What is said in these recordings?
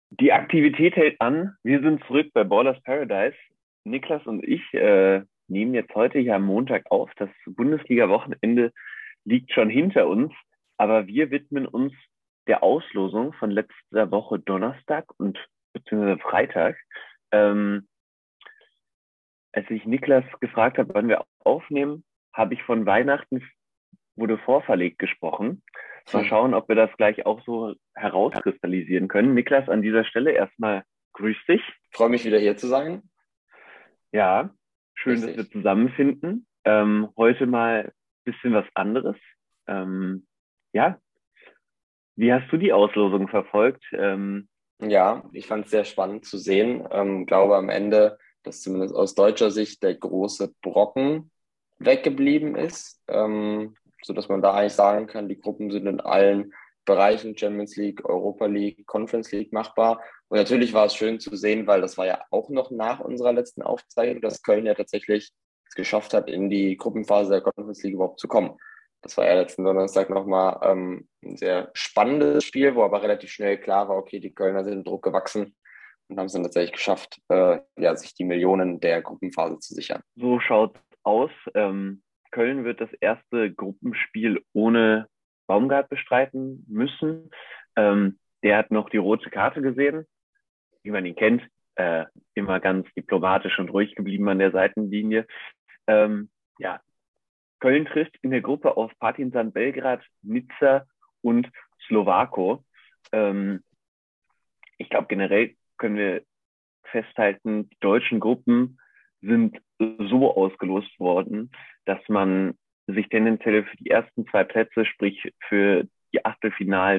Die Aktivität hält an. Wir sind zurück bei Ballers Paradise. Niklas und ich nehmen jetzt heute hier am Montag auf. Das Bundesliga-Wochenende liegt schon hinter uns, aber wir widmen uns der Auslosung von letzter Woche Donnerstag und beziehungsweise Freitag. Ähm, Als ich Niklas gefragt habe, wann wir aufnehmen, habe ich von Weihnachten wurde vorverlegt gesprochen. Mal Hm. schauen, ob wir das gleich auch so herauskristallisieren können. Niklas, an dieser Stelle erstmal grüß dich. Freue mich wieder hier zu sein. Ja, schön, dass wir Richtig. zusammenfinden. Heute mal ein bisschen was anderes. Ja, wie hast du die Auslosung verfolgt? Ja, ich fand es sehr spannend zu sehen. Glaube am Ende, dass zumindest aus deutscher Sicht der große Brocken weggeblieben ist, sodass man da eigentlich sagen kann, die Gruppen sind in allen Bereichen Champions League, Europa League, Conference League machbar. Und natürlich war es schön zu sehen, weil das war ja auch noch nach unserer letzten Aufzeichnung, dass Köln ja tatsächlich es geschafft hat, in die Gruppenphase der Conference League überhaupt zu kommen. Das war ja letzten Donnerstag nochmal ein sehr spannendes Spiel, wo aber relativ schnell klar war, okay, die Kölner sind Druck gewachsen und haben es dann tatsächlich geschafft, ja, sich die Millionen der Gruppenphase zu sichern. So schaut's aus. Köln wird das erste Gruppenspiel ohne Baumgart bestreiten müssen. Der hat noch die rote Karte gesehen, wie man ihn kennt. Immer ganz diplomatisch und ruhig geblieben an der Seitenlinie. Ja, Köln trifft in der Gruppe auf Partizan Belgrad, Nizza und Slowako. Ähm, Ich glaube, generell können wir festhalten, die deutschen Gruppen sind so ausgelost worden, dass man sich tendenziell für die ersten zwei Plätze, sprich für die Achtelfinals,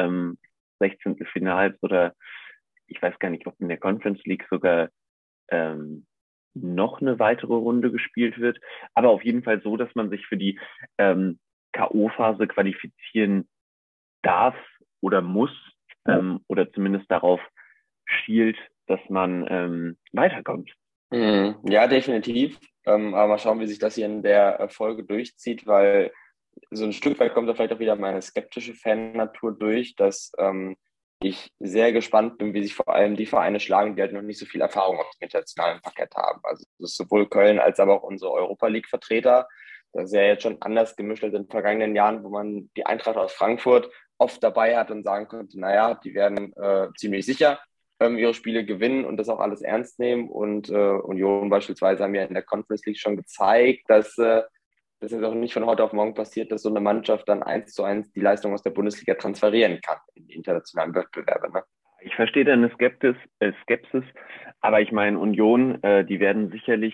16. Finals ich weiß gar nicht, ob in der Conference League sogar ähm, noch eine weitere Runde gespielt wird, aber auf jeden Fall so, dass man sich für die ähm, K.O.-Phase qualifizieren darf oder muss oder zumindest darauf schielt, dass man weiterkommt. Ja, definitiv. Aber mal schauen, wie sich das hier in der Folge durchzieht, weil so ein Stück weit kommt da vielleicht auch wieder meine skeptische Fan-Natur durch, dass ich sehr gespannt bin, wie sich vor allem die Vereine schlagen, die halt noch nicht so viel Erfahrung auf dem internationalen Parkett haben. Also das ist sowohl Köln als aber auch unsere Europa League-Vertreter. Das ist ja jetzt schon anders gemischt als in den vergangenen Jahren, wo man die Eintracht aus Frankfurt oft dabei hat und sagen konnte, naja, die werden ziemlich sicher ihre Spiele gewinnen und das auch alles ernst nehmen. Und Union beispielsweise haben ja in der Conference League schon gezeigt, dass das jetzt auch nicht von heute auf morgen passiert, dass so eine Mannschaft dann 1:1 die Leistung aus der Bundesliga transferieren kann in die internationalen Wettbewerbe. Ne? Ich verstehe deine Skepsis, aber ich meine, Union, die werden sicherlich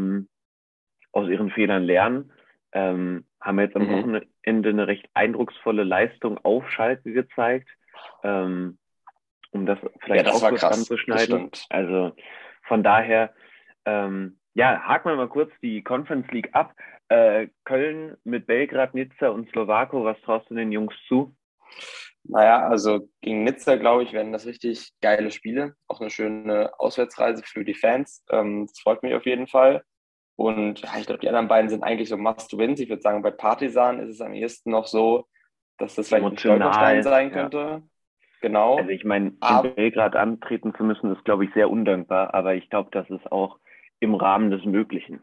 aus ihren Fehlern lernen. Haben jetzt am Mhm. Wochenende eine recht eindrucksvolle Leistung auf Schalke gezeigt, ähm, um das Ja, vielleicht das auch war kurz krass. Das anzuschneiden. stimmt. Also von daher, ja, haken wir mal kurz die Conference League ab. Köln mit Belgrad, Nizza und Slowako, was traust du den Jungs zu? Naja, also gegen Nizza, glaube ich, werden das richtig geile Spiele. Auch eine schöne Auswärtsreise für die Fans. Das freut mich auf jeden Fall. Und ja, ich glaube, die anderen beiden sind eigentlich so Must-Wins. Ich würde sagen, bei Partisan ist es am ehesten noch so, dass das vielleicht ein Stolperstein Emotional, sein ja. könnte. Also Genau. ich meine, in Aber Belgrad antreten zu müssen, ist, glaube ich, sehr undankbar, aber ich glaube, das ist auch im Rahmen des Möglichen.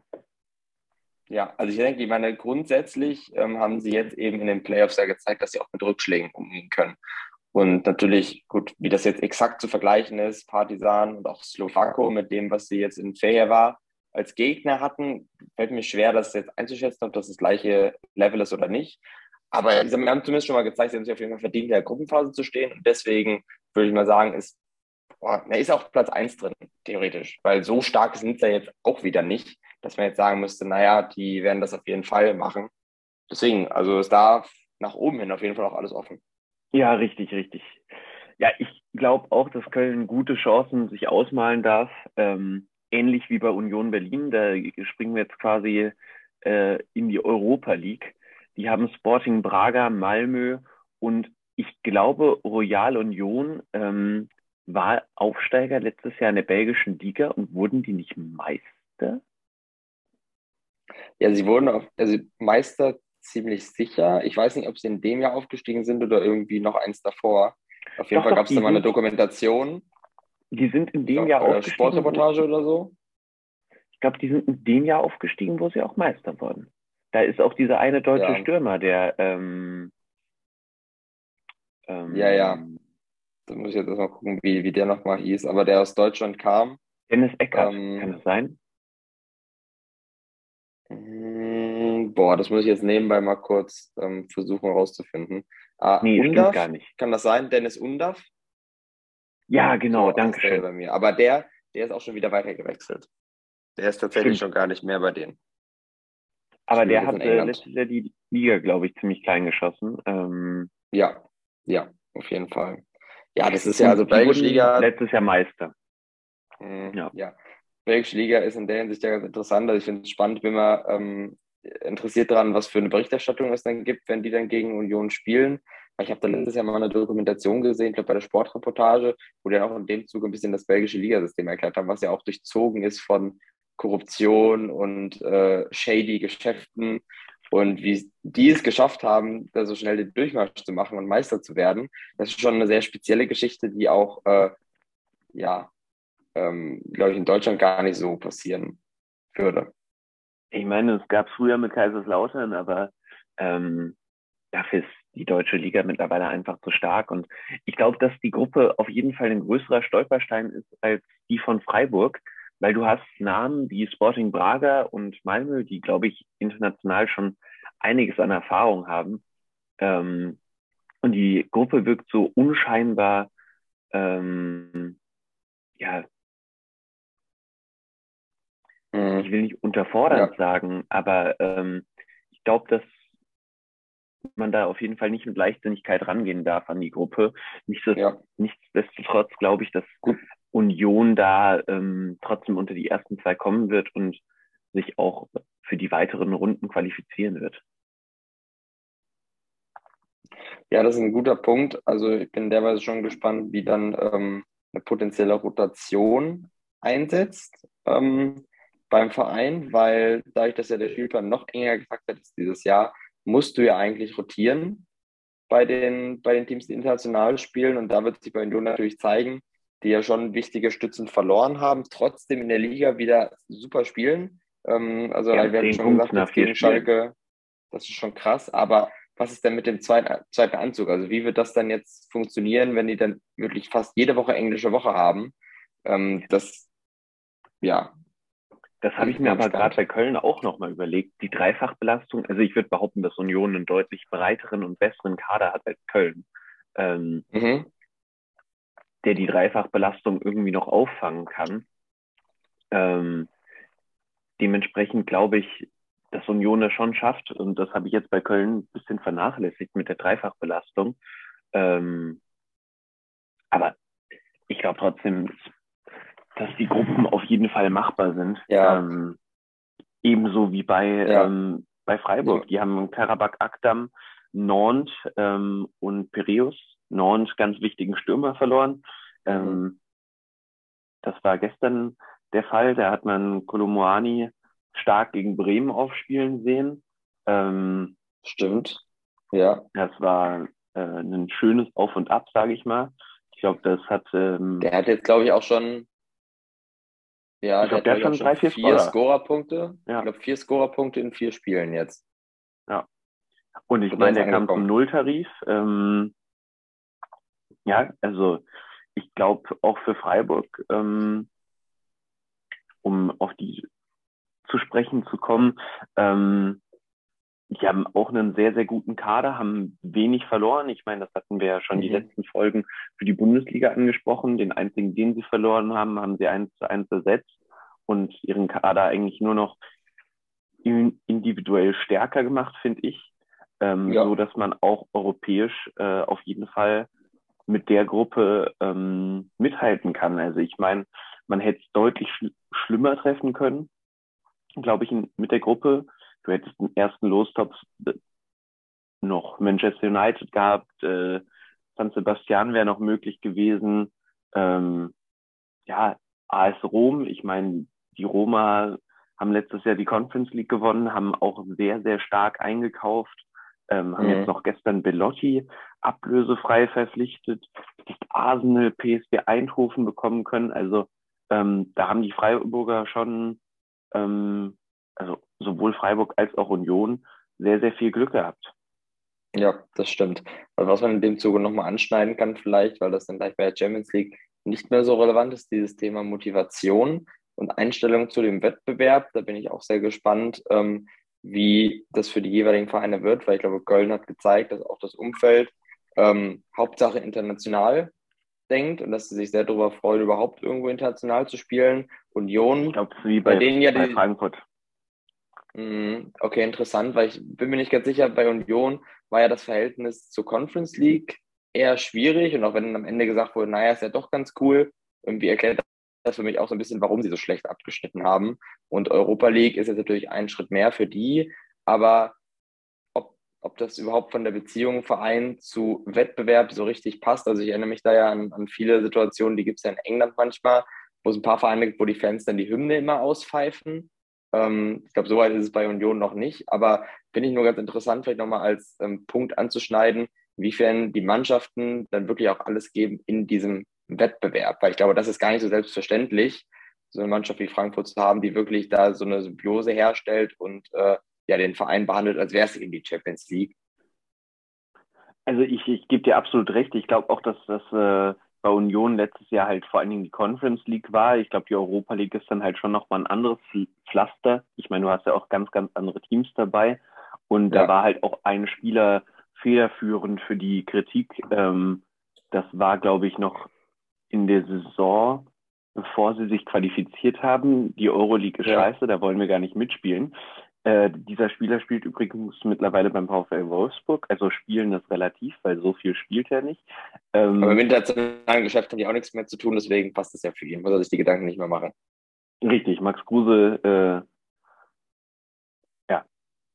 ja, also ich denke, ich meine, grundsätzlich haben sie jetzt eben in den Playoffs ja gezeigt, dass sie auch mit Rückschlägen umgehen können. Und natürlich, gut, wie das jetzt exakt zu vergleichen ist, Partizan und auch Slowako mit dem, was sie jetzt in Feher als Gegner hatten, fällt mir schwer, das jetzt einzuschätzen, ob das gleiche Level ist oder nicht. Aber sie haben zumindest schon mal gezeigt, sie haben sich auf jeden Fall verdient, in der Gruppenphase zu stehen. Und deswegen würde ich mal sagen, er ist auch Platz eins drin, theoretisch. Weil so stark sind sie jetzt auch wieder nicht, dass man jetzt sagen müsste, naja, die werden das auf jeden Fall machen. Deswegen, also ist da nach oben hin auf jeden Fall auch alles offen. Ja, richtig, richtig. Ja, ich glaube auch, dass Köln gute Chancen sich ausmalen darf. Ähnlich wie bei Union Berlin. Da springen wir jetzt quasi in die Europa League. Die haben Sporting Braga, Malmö und ich glaube, Royal Union war Aufsteiger letztes Jahr in der belgischen Liga und wurden die nicht Meister? Ja, sie wurden also Meister ziemlich sicher. Ich weiß nicht, ob sie in dem Jahr aufgestiegen sind oder irgendwie noch eins davor. Auf jeden Doch, Fall doch, gab es da die mal eine sind Dokumentation. Die sind in dem Jahr aufgestiegen. Sportreportage oder so? Ich glaube, die sind in dem Jahr aufgestiegen, wo sie auch Meister wurden. Da ist auch dieser eine deutsche Stürmer, der Ja. Da muss ich jetzt erstmal gucken, wie der nochmal hieß. Aber der aus Deutschland kam. Dennis Eckert, kann das sein? Boah, das muss ich jetzt nebenbei mal kurz versuchen herauszufinden. Nee, Undav, stimmt gar nicht. kann das sein? Dennis Undav? Ja, genau, So danke heißt der schön. bei mir. Aber der ist auch schon wieder weitergewechselt. Der ist tatsächlich schon gar nicht mehr bei denen. Aber Spielt der jetzt hat in England. letztes Jahr die Liga, glaube ich, ziemlich klein geschossen. Ja, auf jeden Fall. Ja, das ist ja, Und also die belgische wurden Liga. letztes Jahr Meister. Ja. Ja, belgische Liga ist in der Hinsicht ja ganz interessant. Also ich finde es spannend, bin mal interessiert daran, was für eine Berichterstattung es dann gibt, wenn die dann gegen Union spielen. Weil ich habe da letztes Jahr mal eine Dokumentation gesehen, ich glaube bei der Sportreportage, wo die dann auch in dem Zuge ein bisschen das belgische Ligasystem erklärt haben, was ja auch durchzogen ist von Korruption und shady Geschäften und wie die es geschafft haben, da so schnell den Durchmarsch zu machen und Meister zu werden. Das ist schon eine sehr spezielle Geschichte, die auch glaube ich, in Deutschland gar nicht so passieren würde. Ich meine, es gab früher mit Kaiserslautern, aber dafür ist die deutsche Liga mittlerweile einfach zu stark. Und ich glaube, dass die Gruppe auf jeden Fall ein größerer Stolperstein ist als die von Freiburg, weil du hast Namen wie Sporting Braga und Malmö, die, glaube ich, international schon einiges an Erfahrung haben. Und die Gruppe wirkt so unscheinbar, ja, ich will nicht unterfordernd sagen, aber ich glaube, dass man da auf jeden Fall nicht mit Leichtsinnigkeit rangehen darf an die Gruppe. Nichtsdestotrotz glaube ich, dass Union da trotzdem unter die ersten zwei kommen wird und sich auch für die weiteren Runden qualifizieren wird. Ja, das ist ein guter Punkt. Also ich bin derweise schon gespannt, wie dann eine potenzielle Rotation einsetzt beim Verein, weil dadurch, dass ja der Spielplan noch enger getaktet ist dieses Jahr, musst du ja eigentlich rotieren bei den Teams, die international spielen. Und da wird sich bei Union natürlich zeigen, die ja schon wichtige Stützen verloren haben, trotzdem in der Liga wieder super spielen. Also wir hatten schon gesagt, jetzt gegen Schalke, das ist schon krass, aber was ist denn mit dem zweiten Anzug? Also wie wird das dann jetzt funktionieren, wenn die dann wirklich fast jede Woche englische Woche haben? Das habe ich mir aber gerade bei Köln auch nochmal überlegt. Die Dreifachbelastung, also ich würde behaupten, dass Union einen deutlich breiteren und besseren Kader hat als Köln, der die Dreifachbelastung irgendwie noch auffangen kann. Dementsprechend glaube ich, dass Union das schon schafft. Und das habe ich jetzt bei Köln ein bisschen vernachlässigt mit der Dreifachbelastung. Aber ich glaube trotzdem, dass die Gruppen auf jeden Fall machbar sind. Ja. Ebenso wie bei Freiburg. Die haben Karabakh Akdam, Nantes und Piraeus. Nantes ganz wichtigen Stürmer verloren. Das war gestern der Fall. Da hat man Kolomoani stark gegen Bremen aufspielen sehen. Stimmt, ja. Das war ein schönes Auf und Ab, sage ich mal. Ich glaube, das hat... der hat jetzt, glaube ich, auch schon... Ja, der hat schon 4 Scorerpunkte. Ja. Ich glaube, 4 Scorerpunkte in 4 Spielen jetzt. Ja. Und ich meine, der kam zum Nulltarif. Ja, also ich glaube auch für Freiburg, um auf die zu sprechen zu kommen, die haben auch einen sehr, sehr guten Kader, haben wenig verloren. Ich meine, das hatten wir ja schon die letzten Folgen für die Bundesliga angesprochen. Den einzigen, den sie verloren haben, haben sie 1:1 ersetzt und ihren Kader eigentlich nur noch individuell stärker gemacht, finde ich. So dass man auch europäisch auf jeden Fall mit der Gruppe mithalten kann. Also ich meine, man hätte es deutlich schlimmer treffen können, glaube ich, mit der Gruppe. Du hättest den ersten Lostopf noch Manchester United gehabt, San Sebastian wäre noch möglich gewesen. AS Rom, ich meine, die Roma haben letztes Jahr die Conference League gewonnen, haben auch sehr, sehr stark eingekauft, haben jetzt noch gestern Belotti ablösefrei verpflichtet, dass Arsenal PSV Eindhoven bekommen können. Also da haben die Freiburger schon, also sowohl Freiburg als auch Union, sehr, sehr viel Glück gehabt. Ja, das stimmt. Also was man in dem Zuge nochmal anschneiden kann vielleicht, weil das dann gleich bei der Champions League nicht mehr so relevant ist, dieses Thema Motivation und Einstellung zu dem Wettbewerb. Da bin ich auch sehr gespannt, wie das für die jeweiligen Vereine wird, weil ich glaube, Köln hat gezeigt, dass auch das Umfeld Hauptsache international denkt und dass sie sich sehr darüber freuen, überhaupt irgendwo international zu spielen. Ich Union, glaube, es ist wie bei denen ja bei die, Frankfurt. Okay, interessant, weil ich bin mir nicht ganz sicher, bei Union war ja das Verhältnis zur Conference League eher schwierig und auch wenn dann am Ende gesagt wurde, naja, ist ja doch ganz cool, irgendwie erklärt das für mich auch so ein bisschen, warum sie so schlecht abgeschnitten haben. Und Europa League ist jetzt natürlich ein Schritt mehr für die, aber ob das überhaupt von der Beziehung Verein zu Wettbewerb so richtig passt. Also ich erinnere mich da ja an viele Situationen, die gibt es ja in England manchmal, wo es ein paar Vereine gibt, wo die Fans dann die Hymne immer auspfeifen. Ich glaube, soweit ist es bei Union noch nicht, aber finde ich nur ganz interessant, vielleicht nochmal als Punkt anzuschneiden, inwiefern die Mannschaften dann wirklich auch alles geben in diesem Wettbewerb, weil ich glaube, das ist gar nicht so selbstverständlich, so eine Mannschaft wie Frankfurt zu haben, die wirklich da so eine Symbiose herstellt und ja, den Verein behandelt, als wäre es in die Champions League. Also ich gebe dir absolut recht. Ich glaube auch, dass das bei Union letztes Jahr halt vor allen Dingen die Conference League war. Ich glaube, die Europa League ist dann halt schon nochmal ein anderes Pflaster. Ich meine, du hast ja auch ganz, ganz andere Teams dabei. Und da Ja, war halt auch ein Spieler federführend für die Kritik. Das war, glaube ich, noch in der Saison, bevor sie sich qualifiziert haben. Die Euroleague ist ja. scheiße, da wollen wir gar nicht mitspielen. Dieser Spieler spielt übrigens mittlerweile beim VfL Wolfsburg, also spielen das relativ, weil so viel spielt er nicht. Aber im Ähm, internationalen Geschäft haben die auch nichts mehr zu tun, deswegen passt es ja für ihn. Muss er sich die Gedanken nicht mehr machen. richtig, Max Kruse, ja,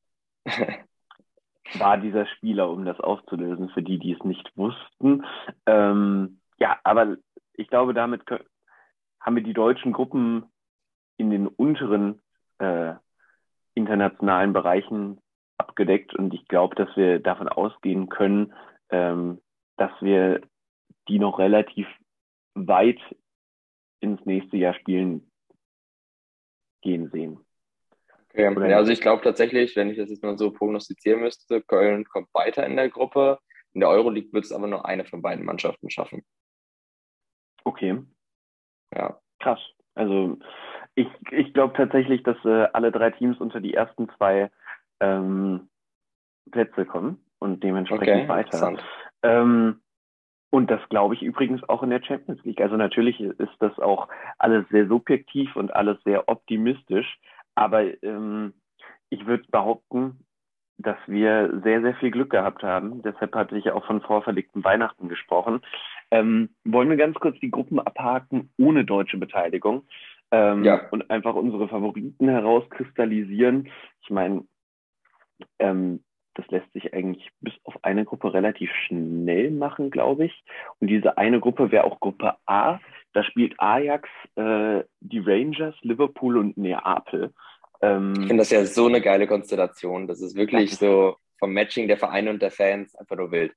war dieser Spieler, um das aufzulösen, für die, die es nicht wussten. Ja, aber ich glaube, damit haben wir die deutschen Gruppen in den unteren äh, internationalen Bereichen abgedeckt und ich glaube, dass wir davon ausgehen können, dass wir die noch relativ weit ins nächste Jahr spielen gehen sehen. Okay. Oder Ja, also nicht? ich glaube tatsächlich, wenn ich das jetzt mal so prognostizieren müsste, Köln kommt weiter in der Gruppe. In der Euroleague wird es aber nur eine von beiden Mannschaften schaffen. Okay, Ja, krass. Also ich glaube tatsächlich, dass alle drei Teams unter die ersten zwei ähm, Plätze kommen und dementsprechend okay, weiter. interessant. Ähm, Und das glaube ich übrigens auch in der Champions League. Also natürlich ist das auch alles sehr subjektiv und alles sehr optimistisch. Aber ich würde behaupten, dass wir sehr, sehr viel Glück gehabt haben. Deshalb hatte ich ja auch von vorverlegten Weihnachten gesprochen. Wollen wir ganz kurz die Gruppen abhaken ohne deutsche Beteiligung Ja, und einfach unsere Favoriten herauskristallisieren? Ich meine, das lässt sich eigentlich bis auf eine Gruppe relativ schnell machen, glaube ich. Und diese eine Gruppe wäre auch Gruppe A. Da spielt Ajax, die Rangers, Liverpool und Neapel. ich Ähm, finde das ja so eine geile Konstellation. Das ist das wirklich ist, so vom Matching der Vereine und der Fans einfach nur wild.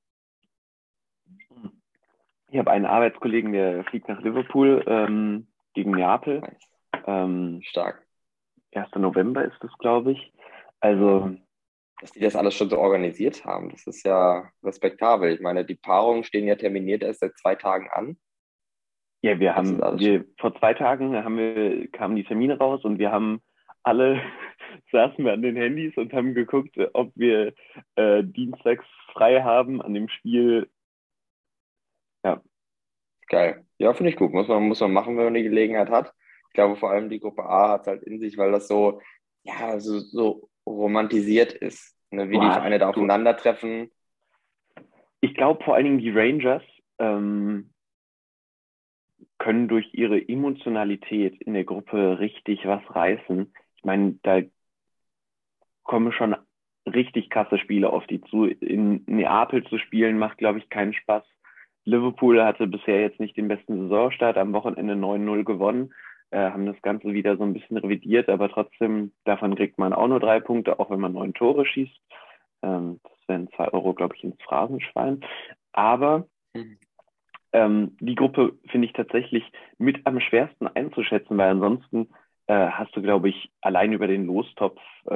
ich habe einen Arbeitskollegen, der fliegt nach Liverpool gegen Neapel. Nice. Ähm, Stark. 1. November ist das, glaube ich. Also, Dass die das alles schon so organisiert haben, das ist ja respektabel. Ich meine, die Paarungen stehen ja terminiert erst seit 2 Tagen an. ja, Das ist alles schon. vor 2 Tagen kamen die Termine raus und wir haben alle, saßen wir an den Handys und haben geguckt, ob wir dienstags frei haben an dem Spiel. Ja, Geil. Ja, finde ich gut. Muss man machen, wenn man die Gelegenheit hat. Ich glaube, vor allem die Gruppe A hat es halt in sich, weil das so, ja, so romantisiert ist, ne? Wie du die hast, Vereine da du, aufeinandertreffen. ich glaube vor allen Dingen die Rangers ähm, können durch ihre Emotionalität in der Gruppe richtig was reißen. Ich meine, da kommen schon richtig krasse Spiele auf die zu. In Neapel zu spielen macht, glaube ich, keinen Spaß. Liverpool hatte bisher jetzt nicht den besten Saisonstart, am Wochenende 9-0 gewonnen, haben das Ganze wieder so ein bisschen revidiert, aber trotzdem, davon kriegt man auch nur 3 Punkte, auch wenn man 9 Tore schießt. Das wären 2 Euro, glaube ich, ins Phrasenschwein. Aber Mhm. die Gruppe finde ich tatsächlich mit am schwersten einzuschätzen, weil ansonsten hast du, glaube ich, allein über den Lostopf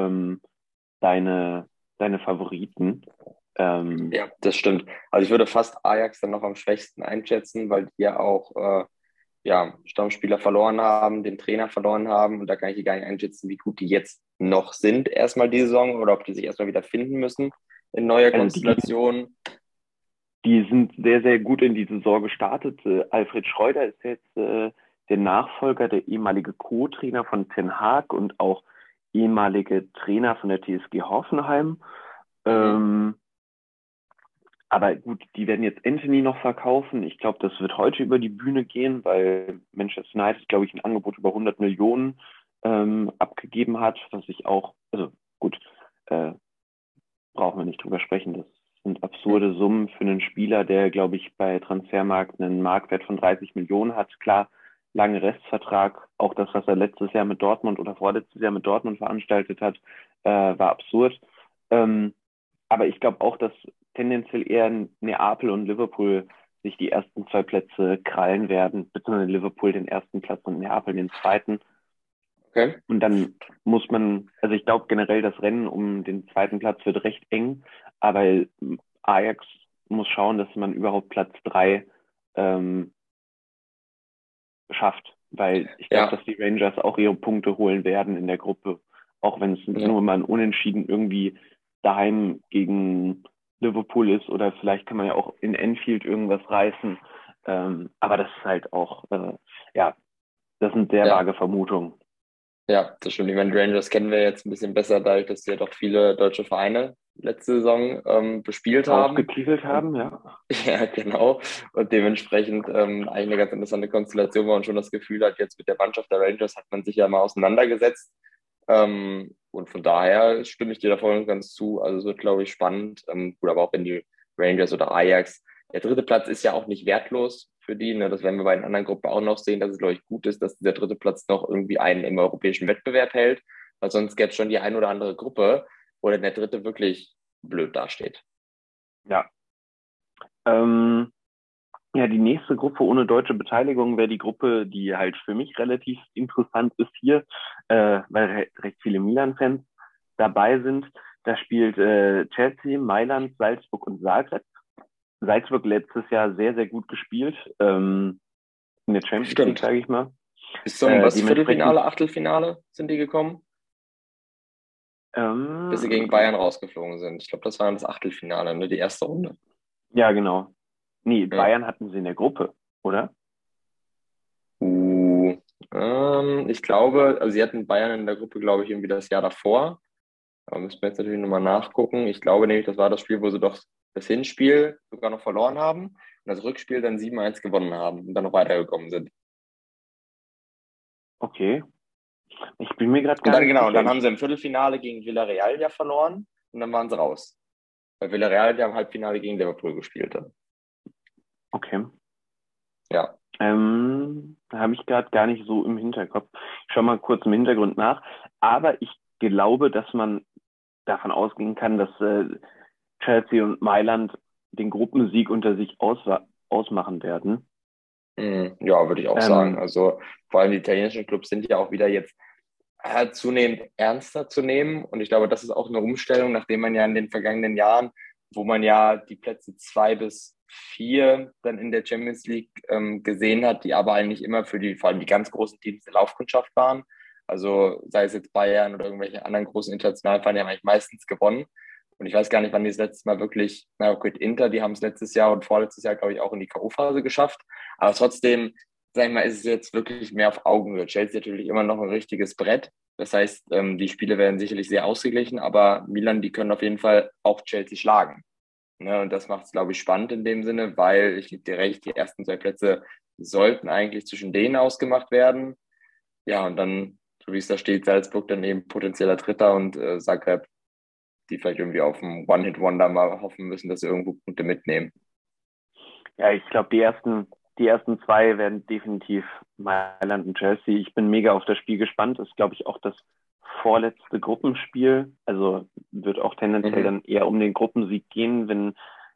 deine, deine Favoriten. Ähm, Ja, das stimmt. Also ich würde fast Ajax dann noch am schwächsten einschätzen, weil die ja auch ja, Stammspieler verloren haben, den Trainer verloren haben. Und da kann ich gar nicht einschätzen, wie gut die jetzt noch sind, erstmal die Saison, oder ob die sich erstmal wieder finden müssen in neuer also Konstellation. die sind sehr, sehr gut in die Saison gestartet. Alfred Schreuder ist jetzt der Nachfolger, der ehemalige Co-Trainer von Ten Hag und auch ehemalige Trainer von der TSG Hoffenheim. Mhm. Ähm, aber gut, die werden jetzt Anthony noch verkaufen. Ich glaube, das wird heute über die Bühne gehen, weil Manchester United, glaube ich, ein Angebot über 100 Millionen abgegeben hat, was ich auch, also gut, äh, brauchen wir nicht drüber sprechen. Das sind absurde Summen für einen Spieler, der, glaube ich, bei Transfermarkt einen Marktwert von 30 Millionen hat. Klar, lange Restvertrag. Auch das, was er letztes Jahr mit Dortmund oder vorletztes Jahr mit Dortmund veranstaltet hat, war absurd. Ähm, aber ich glaube auch, dass tendenziell eher Neapel und Liverpool sich die ersten zwei Plätze krallen werden, beziehungsweise Liverpool den ersten Platz und Neapel den zweiten. Okay. Und dann muss man, also ich glaube generell, das Rennen um den zweiten Platz wird recht eng, aber Ajax muss schauen, dass man überhaupt Platz drei ähm, schafft, weil ich glaube, Ja, dass die Rangers auch ihre Punkte holen werden in der Gruppe, auch wenn es ja, nur mal ein Unentschieden irgendwie daheim gegen Liverpool ist oder vielleicht kann man ja auch in Anfield irgendwas reißen. Aber das ist halt auch, ja, das sind sehr ja, vage Vermutungen. ja, das stimmt. Ich meine, die Rangers kennen wir jetzt ein bisschen besser, dadurch, dass sie ja doch viele deutsche Vereine letzte Saison bespielt haben. Ausgeklügelt Und haben, ja. ja, genau. Und dementsprechend eigentlich eine ganz interessante Konstellation war und schon das Gefühl hat, jetzt mit der Mannschaft der Rangers hat man sich ja mal auseinandergesetzt. Und von daher stimme ich dir da voll und ganz zu. Also es wird, glaube ich, spannend. Gut, aber auch wenn die Rangers oder Ajax, der dritte Platz ist ja auch nicht wertlos für die. Ne? Das werden wir bei den anderen Gruppen auch noch sehen, dass es, glaube ich, gut ist, dass dieser dritte Platz noch irgendwie einen im europäischen Wettbewerb hält. Weil sonst gäbe es schon die ein oder andere Gruppe, wo dann der dritte wirklich blöd dasteht. Ja. Ähm, ja, die nächste Gruppe ohne deutsche Beteiligung wäre die Gruppe, die halt für mich relativ interessant ist hier, weil recht viele Milan-Fans dabei sind. Da spielt Chelsea, Mailand, Salzburg und Zagreb. Salzburg letztes Jahr sehr, sehr gut gespielt in der Champions League, Stimmt. sage ich mal. Bis zum was? Dementsprechend, Viertelfinale, Achtelfinale sind die gekommen, bis sie gegen ähm, Bayern rausgeflogen sind. Ich glaube, das war dann das Achtelfinale, ne? Die erste Runde. ja, genau. Nee, Ja. Bayern hatten sie in der Gruppe, oder? Uh, ich glaube, also sie hatten Bayern in der Gruppe, glaube ich, irgendwie das Jahr davor. Aber müssen wir jetzt natürlich nochmal nachgucken. Ich glaube nämlich, das war das Spiel, wo sie doch das Hinspiel sogar noch verloren haben und das Rückspiel dann 7-1 gewonnen haben und dann noch weitergekommen sind. Okay. Ich bin mir gerade Und gar dann nicht genau, und sicher. dann haben sie im Viertelfinale gegen Villarreal ja verloren und dann waren sie raus. Weil Villarreal ja im Halbfinale gegen Liverpool gespielt hat. Okay. Ja. Habe ich gerade gar nicht so im Hinterkopf. Ich schaue mal kurz im Hintergrund nach. Aber ich glaube, dass man davon ausgehen kann, dass Chelsea und Mailand den Gruppensieg unter sich ausmachen werden. Ja, würde ich auch sagen. Ähm, Also vor allem die italienischen Clubs sind ja auch wieder jetzt zunehmend ernster zu nehmen. Und ich glaube, das ist auch eine Umstellung, nachdem man ja in den vergangenen Jahren, wo man ja die Plätze 2 bis 4 dann in der Champions League gesehen hat, die aber eigentlich immer für die, vor allem die ganz großen Teams der Laufkundschaft waren. Also sei es jetzt Bayern oder irgendwelche anderen großen internationalen Vereine, die haben eigentlich meistens gewonnen. Und ich weiß gar nicht, wann die das letzte Mal wirklich, na gut, Inter, die haben es letztes Jahr und vorletztes Jahr, glaube ich, auch in die K.O.-Phase geschafft. Aber trotzdem, sag ich mal, ist es jetzt wirklich mehr auf Augenhöhe. Chelsea natürlich immer noch ein richtiges Brett. Das heißt, die Spiele werden sicherlich sehr ausgeglichen, aber Milan, die können auf jeden Fall auch Chelsea schlagen. Ne? Und das macht es, glaube ich, spannend in dem Sinne, weil ich gebe dir recht, die ersten zwei Plätze sollten eigentlich zwischen denen ausgemacht werden. Ja, und dann, so wie es da steht, Salzburg dann eben potenzieller Dritter und Zagreb, die vielleicht irgendwie auf einen One-Hit-Wonder mal hoffen müssen, dass sie irgendwo Punkte mitnehmen. ja, ich glaube, die ersten zwei werden definitiv Mailand und Chelsea. Ich bin mega auf das Spiel gespannt. Das ist, glaube ich, auch das vorletzte Gruppenspiel. Also wird auch tendenziell Mhm. dann eher um den Gruppensieg gehen, wenn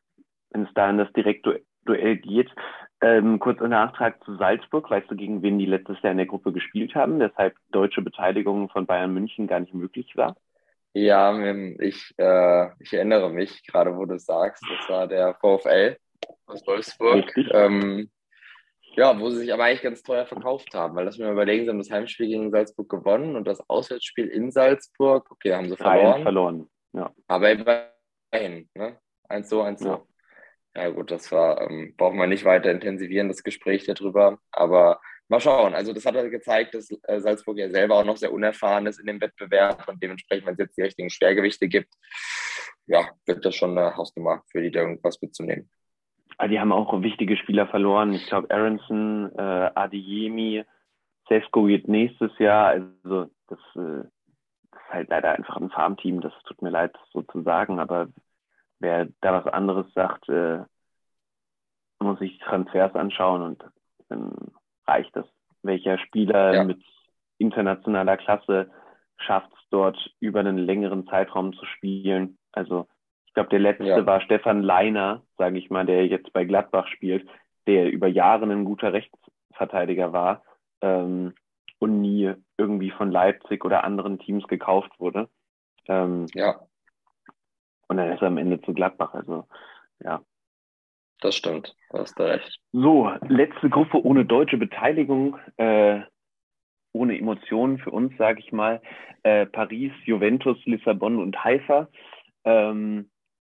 wenn es da in das Direktduell geht. Kurz ein Nachtrag zu Salzburg. Weißt du, gegen wen die letztes Jahr in der Gruppe gespielt haben, deshalb deutsche Beteiligung von Bayern München gar nicht möglich war? Ja, ich erinnere mich, gerade wo du es sagst, das war der VfL aus Wolfsburg. Richtig. Ja, wo sie sich aber eigentlich ganz teuer verkauft haben, weil lass mich mal überlegen, sie haben das Heimspiel gegen Salzburg gewonnen und das Auswärtsspiel in Salzburg, okay, haben sie 3-1 verloren, verloren. Ja, aber immerhin, ne? 1-2, 1-2. ja. Ja gut, das war, brauchen wir nicht weiter intensivieren, das Gespräch darüber, aber mal schauen. Also das hat halt gezeigt, dass Salzburg ja selber auch noch sehr unerfahren ist in dem Wettbewerb und dementsprechend, wenn es jetzt die richtigen Schwergewichte gibt, ja, wird das schon eine Hausnummer für die da irgendwas mitzunehmen. Aber die haben auch wichtige Spieler verloren. Ich glaube, Aronson, Adeyemi, Sesko geht nächstes Jahr. Also das ist halt leider einfach ein Farmteam. Das tut mir leid, so zu sagen. Aber wer da was anderes sagt, muss sich Transfers anschauen und dann reicht es. Welcher Spieler Ja, mit internationaler Klasse schafft es dort über einen längeren Zeitraum zu spielen? Also ich glaube, der letzte ja, war Stefan Leiner, sage ich mal, der jetzt bei Gladbach spielt, der über Jahre ein guter Rechtsverteidiger war und nie irgendwie von Leipzig oder anderen Teams gekauft wurde. Ähm, ja, und dann ist er am Ende zu Gladbach. Also ja, das stimmt. Da hast du recht. so, letzte Gruppe ohne deutsche Beteiligung, ohne Emotionen für uns, sage ich mal. Paris, Juventus, Lissabon und Haifa. Ähm,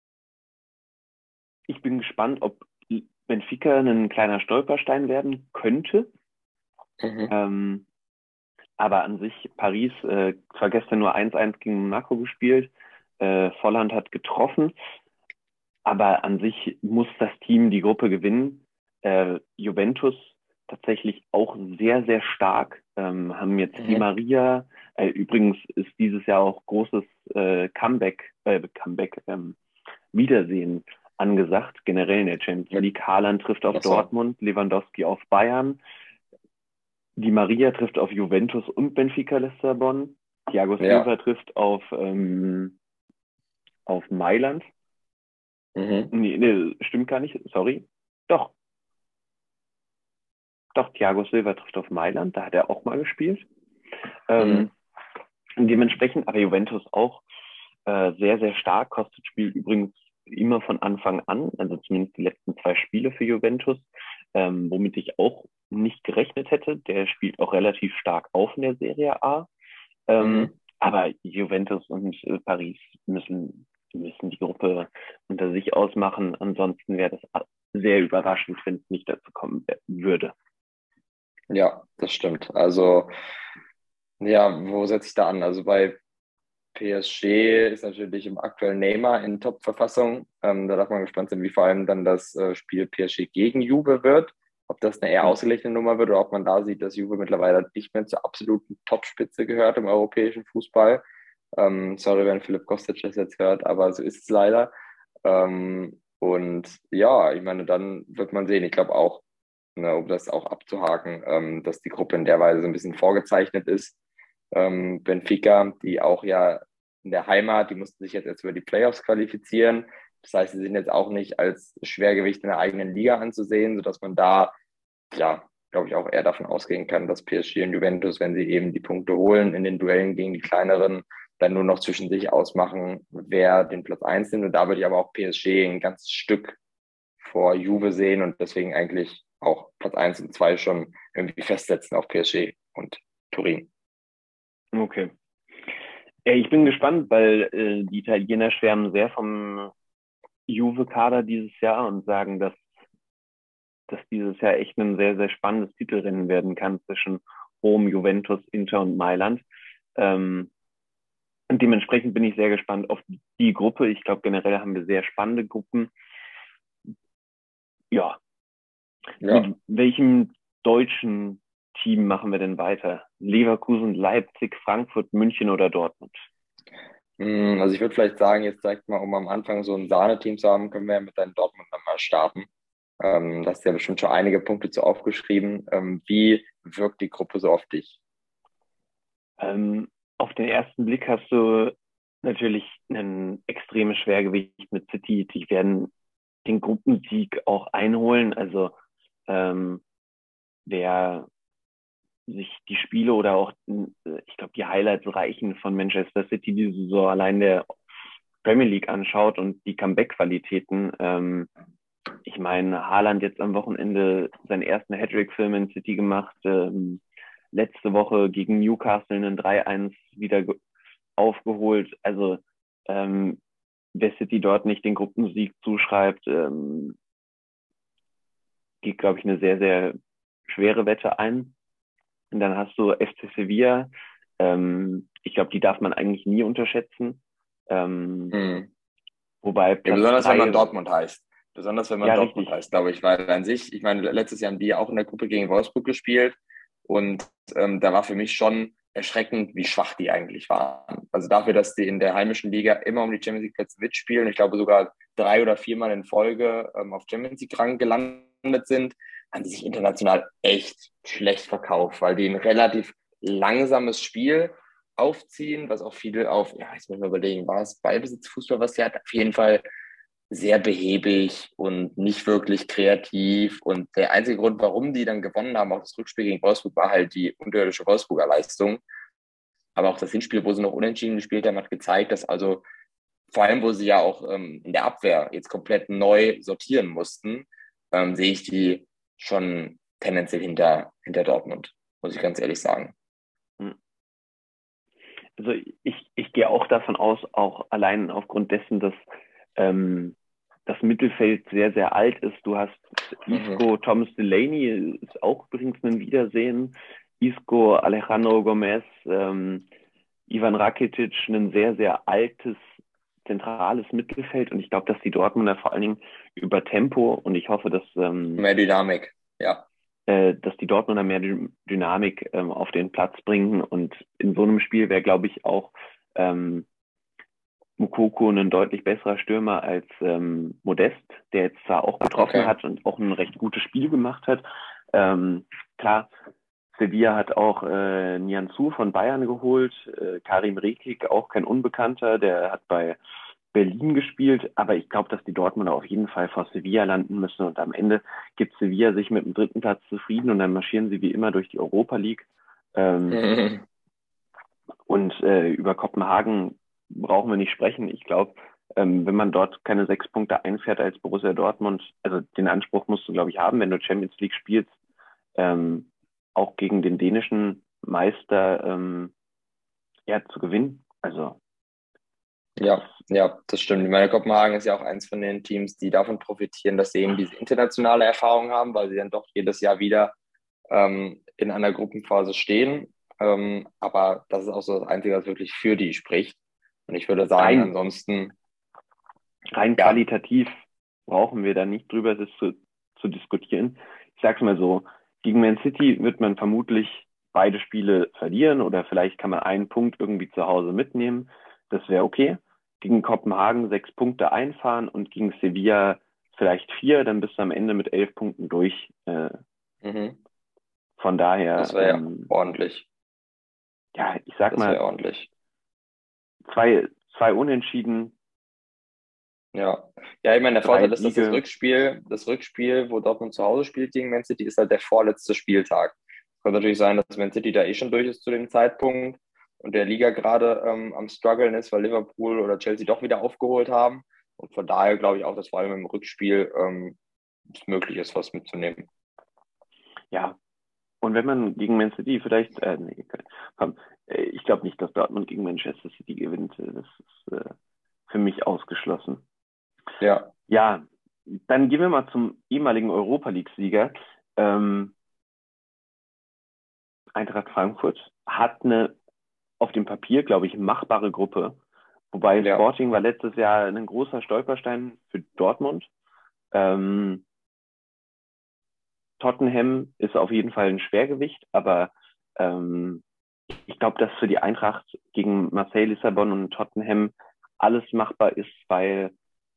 ich bin gespannt, ob Benfica ein kleiner Stolperstein werden könnte. Mhm. Ähm, aber an sich, Paris, zwar gestern nur 1-1 gegen Monaco gespielt, Volland hat getroffen, aber an sich muss das Team die Gruppe gewinnen. Juventus tatsächlich auch sehr, sehr stark. Haben jetzt Di Mhm. Maria, übrigens ist dieses Jahr auch großes Wiedersehen angesagt, generell in der Champions Mit, League. Haaland trifft auf achso, Dortmund, Lewandowski auf Bayern, Di Maria trifft auf Juventus und Benfica Lissabon, Thiago ja. Silva trifft auf Mailand. Mhm. Nee, stimmt gar nicht, sorry. Doch, Doch, Thiago Silva trifft auf Mailand, da hat er auch mal gespielt. Mhm. Ähm, dementsprechend, aber Juventus auch sehr, sehr stark, kostet Spiel übrigens immer von Anfang an, also zumindest die letzten zwei Spiele für Juventus, womit ich auch nicht gerechnet hätte. Der spielt auch relativ stark auf in der Serie A. Mhm. Aber Juventus und Paris müssen die Gruppe unter sich ausmachen. Ansonsten wäre das sehr überraschend, wenn es nicht dazu kommen würde. Ja, das stimmt. Also, ja, wo setze ich da an? Also bei PSG ist natürlich im aktuellen Neymar in Top-Verfassung. Da darf man gespannt sein, wie vor allem dann das Spiel PSG gegen Juve wird. Ob das eine eher Ja. ausgeglichene Nummer wird oder ob man da sieht, dass Juve mittlerweile nicht mehr zur absoluten Topspitze gehört im europäischen Fußball. Sorry, wenn Philipp Kostic das jetzt hört, aber so ist es leider. Und ja, ich meine, dann wird man sehen. Ich glaube auch, ne, um das auch abzuhaken, dass die Gruppe in der Weise so ein bisschen vorgezeichnet ist. Benfica, die auch ja in der Heimat, die mussten sich jetzt über die Playoffs qualifizieren. Das heißt, sie sind jetzt auch nicht als Schwergewicht in der eigenen Liga anzusehen, sodass man da, ja, glaube ich, auch eher davon ausgehen kann, dass PSG und Juventus, wenn sie eben die Punkte holen in den Duellen gegen die kleineren, dann nur noch zwischen sich ausmachen, wer den Platz 1 nimmt. Und da würde ich aber auch PSG ein ganzes Stück vor Juve sehen und deswegen eigentlich auch Platz 1 und 2 schon irgendwie festsetzen auf PSG und Turin. Okay. Ich bin gespannt, weil die Italiener schwärmen sehr vom Juve-Kader dieses Jahr und sagen, dass dieses Jahr echt ein sehr, sehr spannendes Titelrennen werden kann zwischen Rom, Juventus, Inter und Mailand. Ähm, und dementsprechend bin ich sehr gespannt auf die Gruppe. Ich glaube, generell haben wir sehr spannende Gruppen. Ja, Ja, mit welchem deutschen Team machen wir denn weiter? Leverkusen, Leipzig, Frankfurt, München oder Dortmund? also ich würde vielleicht sagen, jetzt sag ich mal, um am Anfang so ein Sahneteam zu haben, können wir ja mit deinem Dortmund dann mal starten. Da hast du ja bestimmt schon einige Punkte zu aufgeschrieben. Wie wirkt die Gruppe so auf dich? Ähm, auf den ersten Blick hast du natürlich ein extremes Schwergewicht mit City. Die werden den Gruppensieg auch einholen. Also wer sich die Spiele oder auch, ich glaube, die Highlights reichen von Manchester City die Saison allein der Premier League anschaut und die Comeback-Qualitäten. Ich meine, Haaland jetzt am Wochenende seinen ersten Hattrick für Man City gemacht. Letzte Woche gegen Newcastle einen 3-1 wieder aufgeholt. Also wer City dort nicht den Gruppensieg zuschreibt, geht, glaube ich, eine sehr, sehr schwere Wette ein. Und dann hast du FC Sevilla. Ich glaube, die darf man eigentlich nie unterschätzen. Wobei Ja, Platz besonders wenn 3, man Dortmund heißt. Besonders wenn man ja, Dortmund richtig. heißt, glaube ich, weil an sich, ich meine, letztes Jahr haben die auch in der Gruppe gegen Wolfsburg gespielt und da war für mich schon erschreckend, wie schwach die eigentlich waren. Also dafür, dass die in der heimischen Liga immer um die Champions League Plätze mitspielen, ich glaube sogar 3 oder 4 Mal in Folge auf Champions League Rang gelandet sind, haben die sich international echt schlecht verkauft, weil die ein relativ langsames Spiel aufziehen, was auch viele auf, ja, jetzt müssen wir überlegen, war es Ballbesitzfußball, was sie hat? Auf jeden Fall sehr behäbig und nicht wirklich kreativ. Und der einzige Grund, warum die dann gewonnen haben, auch das Rückspiel gegen Wolfsburg, war halt die unterirdische Wolfsburger Leistung. Aber auch das Hinspiel, wo sie noch unentschieden gespielt haben, hat gezeigt, dass also vor allem, wo sie ja auch in der Abwehr jetzt komplett neu sortieren mussten, sehe ich die schon tendenziell hinter Dortmund, muss ich ganz ehrlich sagen. Also ich gehe auch davon aus, auch allein aufgrund dessen, dass das Mittelfeld sehr, sehr alt ist. Du hast Isco, Thomas Delaney ist auch übrigens ein Wiedersehen. Isco, Alejandro Gomez, Ivan Rakitic, ein sehr, sehr altes, zentrales Mittelfeld. Und ich glaube, dass die Dortmunder vor allen Dingen über Tempo und ich hoffe, dass Mehr Dynamik, ja. dass die Dortmunder mehr Dynamik auf den Platz bringen. Und in so einem Spiel wäre, glaube ich, auch Moukoko ein deutlich besserer Stürmer als Modest, der jetzt zwar auch getroffen hat und auch ein recht gutes Spiel gemacht hat. Klar, Sevilla hat auch Nianzou von Bayern geholt, Karim Rekik, auch kein Unbekannter, der hat bei Berlin gespielt, aber ich glaube, dass die Dortmunder auf jeden Fall vor Sevilla landen müssen und am Ende gibt Sevilla sich mit dem 3. Platz zufrieden und dann marschieren sie wie immer durch die Europa League. Und über Kopenhagen brauchen wir nicht sprechen. Ich glaube, wenn man dort keine 6 Punkte einfährt als Borussia Dortmund, also den Anspruch musst du, glaube ich, haben, wenn du Champions League spielst, auch gegen den dänischen Meister zu gewinnen. Also ja, das stimmt. Ich meine, Kopenhagen ist ja auch eins von den Teams, die davon profitieren, dass sie eben diese internationale Erfahrung haben, weil sie dann doch jedes Jahr wieder in einer Gruppenphase stehen. Aber das ist auch so das Einzige, was wirklich für die spricht. Und ich würde sagen, ansonsten. Rein qualitativ brauchen wir da nicht drüber das zu diskutieren. Ich sag's mal so, gegen Man City wird man vermutlich beide Spiele verlieren oder vielleicht kann man einen Punkt irgendwie zu Hause mitnehmen. Das wäre okay. Gegen Kopenhagen 6 Punkte einfahren und gegen Sevilla vielleicht 4, dann bist du am Ende mit 11 Punkten durch. Von daher. Das wäre ja ordentlich. Ja, ich sag mal. Das wäre ordentlich. Zwei Unentschieden. Ja, ich meine, der Vorteil ist, dass das Rückspiel, wo Dortmund zu Hause spielt gegen Man City, ist halt der vorletzte Spieltag. Es kann natürlich sein, dass Man City da eh schon durch ist zu dem Zeitpunkt und der Liga gerade am struggeln ist, weil Liverpool oder Chelsea doch wieder aufgeholt haben. Und von daher glaube ich auch, dass vor allem im Rückspiel es möglich ist, was mitzunehmen. Ja, und wenn man gegen Man City vielleicht, ich glaube nicht, dass Dortmund gegen Manchester City gewinnt. Das ist für mich ausgeschlossen. Ja. Ja, dann gehen wir mal zum ehemaligen Europa League-Sieger. Eintracht Frankfurt hat eine auf dem Papier, glaube ich, machbare Gruppe. Wobei Sporting war letztes Jahr ein großer Stolperstein für Dortmund. Tottenham ist auf jeden Fall ein Schwergewicht, aber ich glaube, dass für die Eintracht gegen Marseille, Lissabon und Tottenham alles machbar ist, weil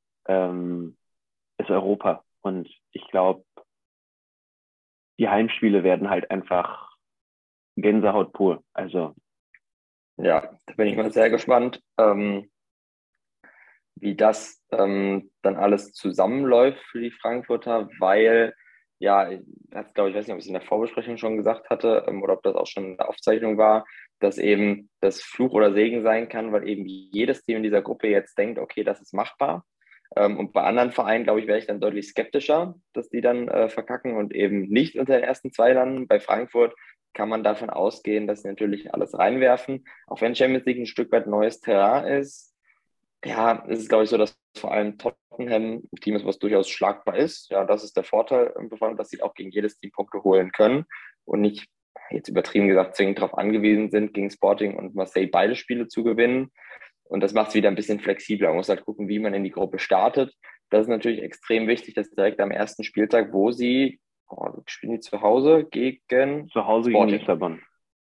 es Europa. Und ich glaube, die Heimspiele werden halt einfach Gänsehaut pur. Also ja, da bin ich mal sehr gespannt. wie das dann alles zusammenläuft für die Frankfurter, weil, ja, hat, glaube ich, weiß nicht, ob ich es in der Vorbesprechung schon gesagt hatte oder ob das auch schon in der Aufzeichnung war, dass eben das Fluch oder Segen sein kann, weil eben jedes Team in dieser Gruppe jetzt denkt, okay, das ist machbar. Und bei anderen Vereinen, glaube ich, wäre ich dann deutlich skeptischer, dass die dann verkacken und eben nicht unter den ersten zwei landen. Bei Frankfurt kann man davon ausgehen, dass sie natürlich alles reinwerfen. Auch wenn Champions League ein Stück weit neues Terrain ist, ja, es ist, glaube ich, so, dass vor allem Tottenham ein Team ist, was durchaus schlagbar ist. Ja, das ist der Vorteil, dass sie auch gegen jedes Team Punkte holen können und nicht, jetzt übertrieben gesagt, zwingend darauf angewiesen sind, gegen Sporting und Marseille beide Spiele zu gewinnen. Und das macht es wieder ein bisschen flexibler. Man muss halt gucken, wie man in die Gruppe startet. Das ist natürlich extrem wichtig, dass direkt am ersten Spieltag, wo sie, spielen die zu Hause gegen Zu Hause gegen Sporting. Lissabon.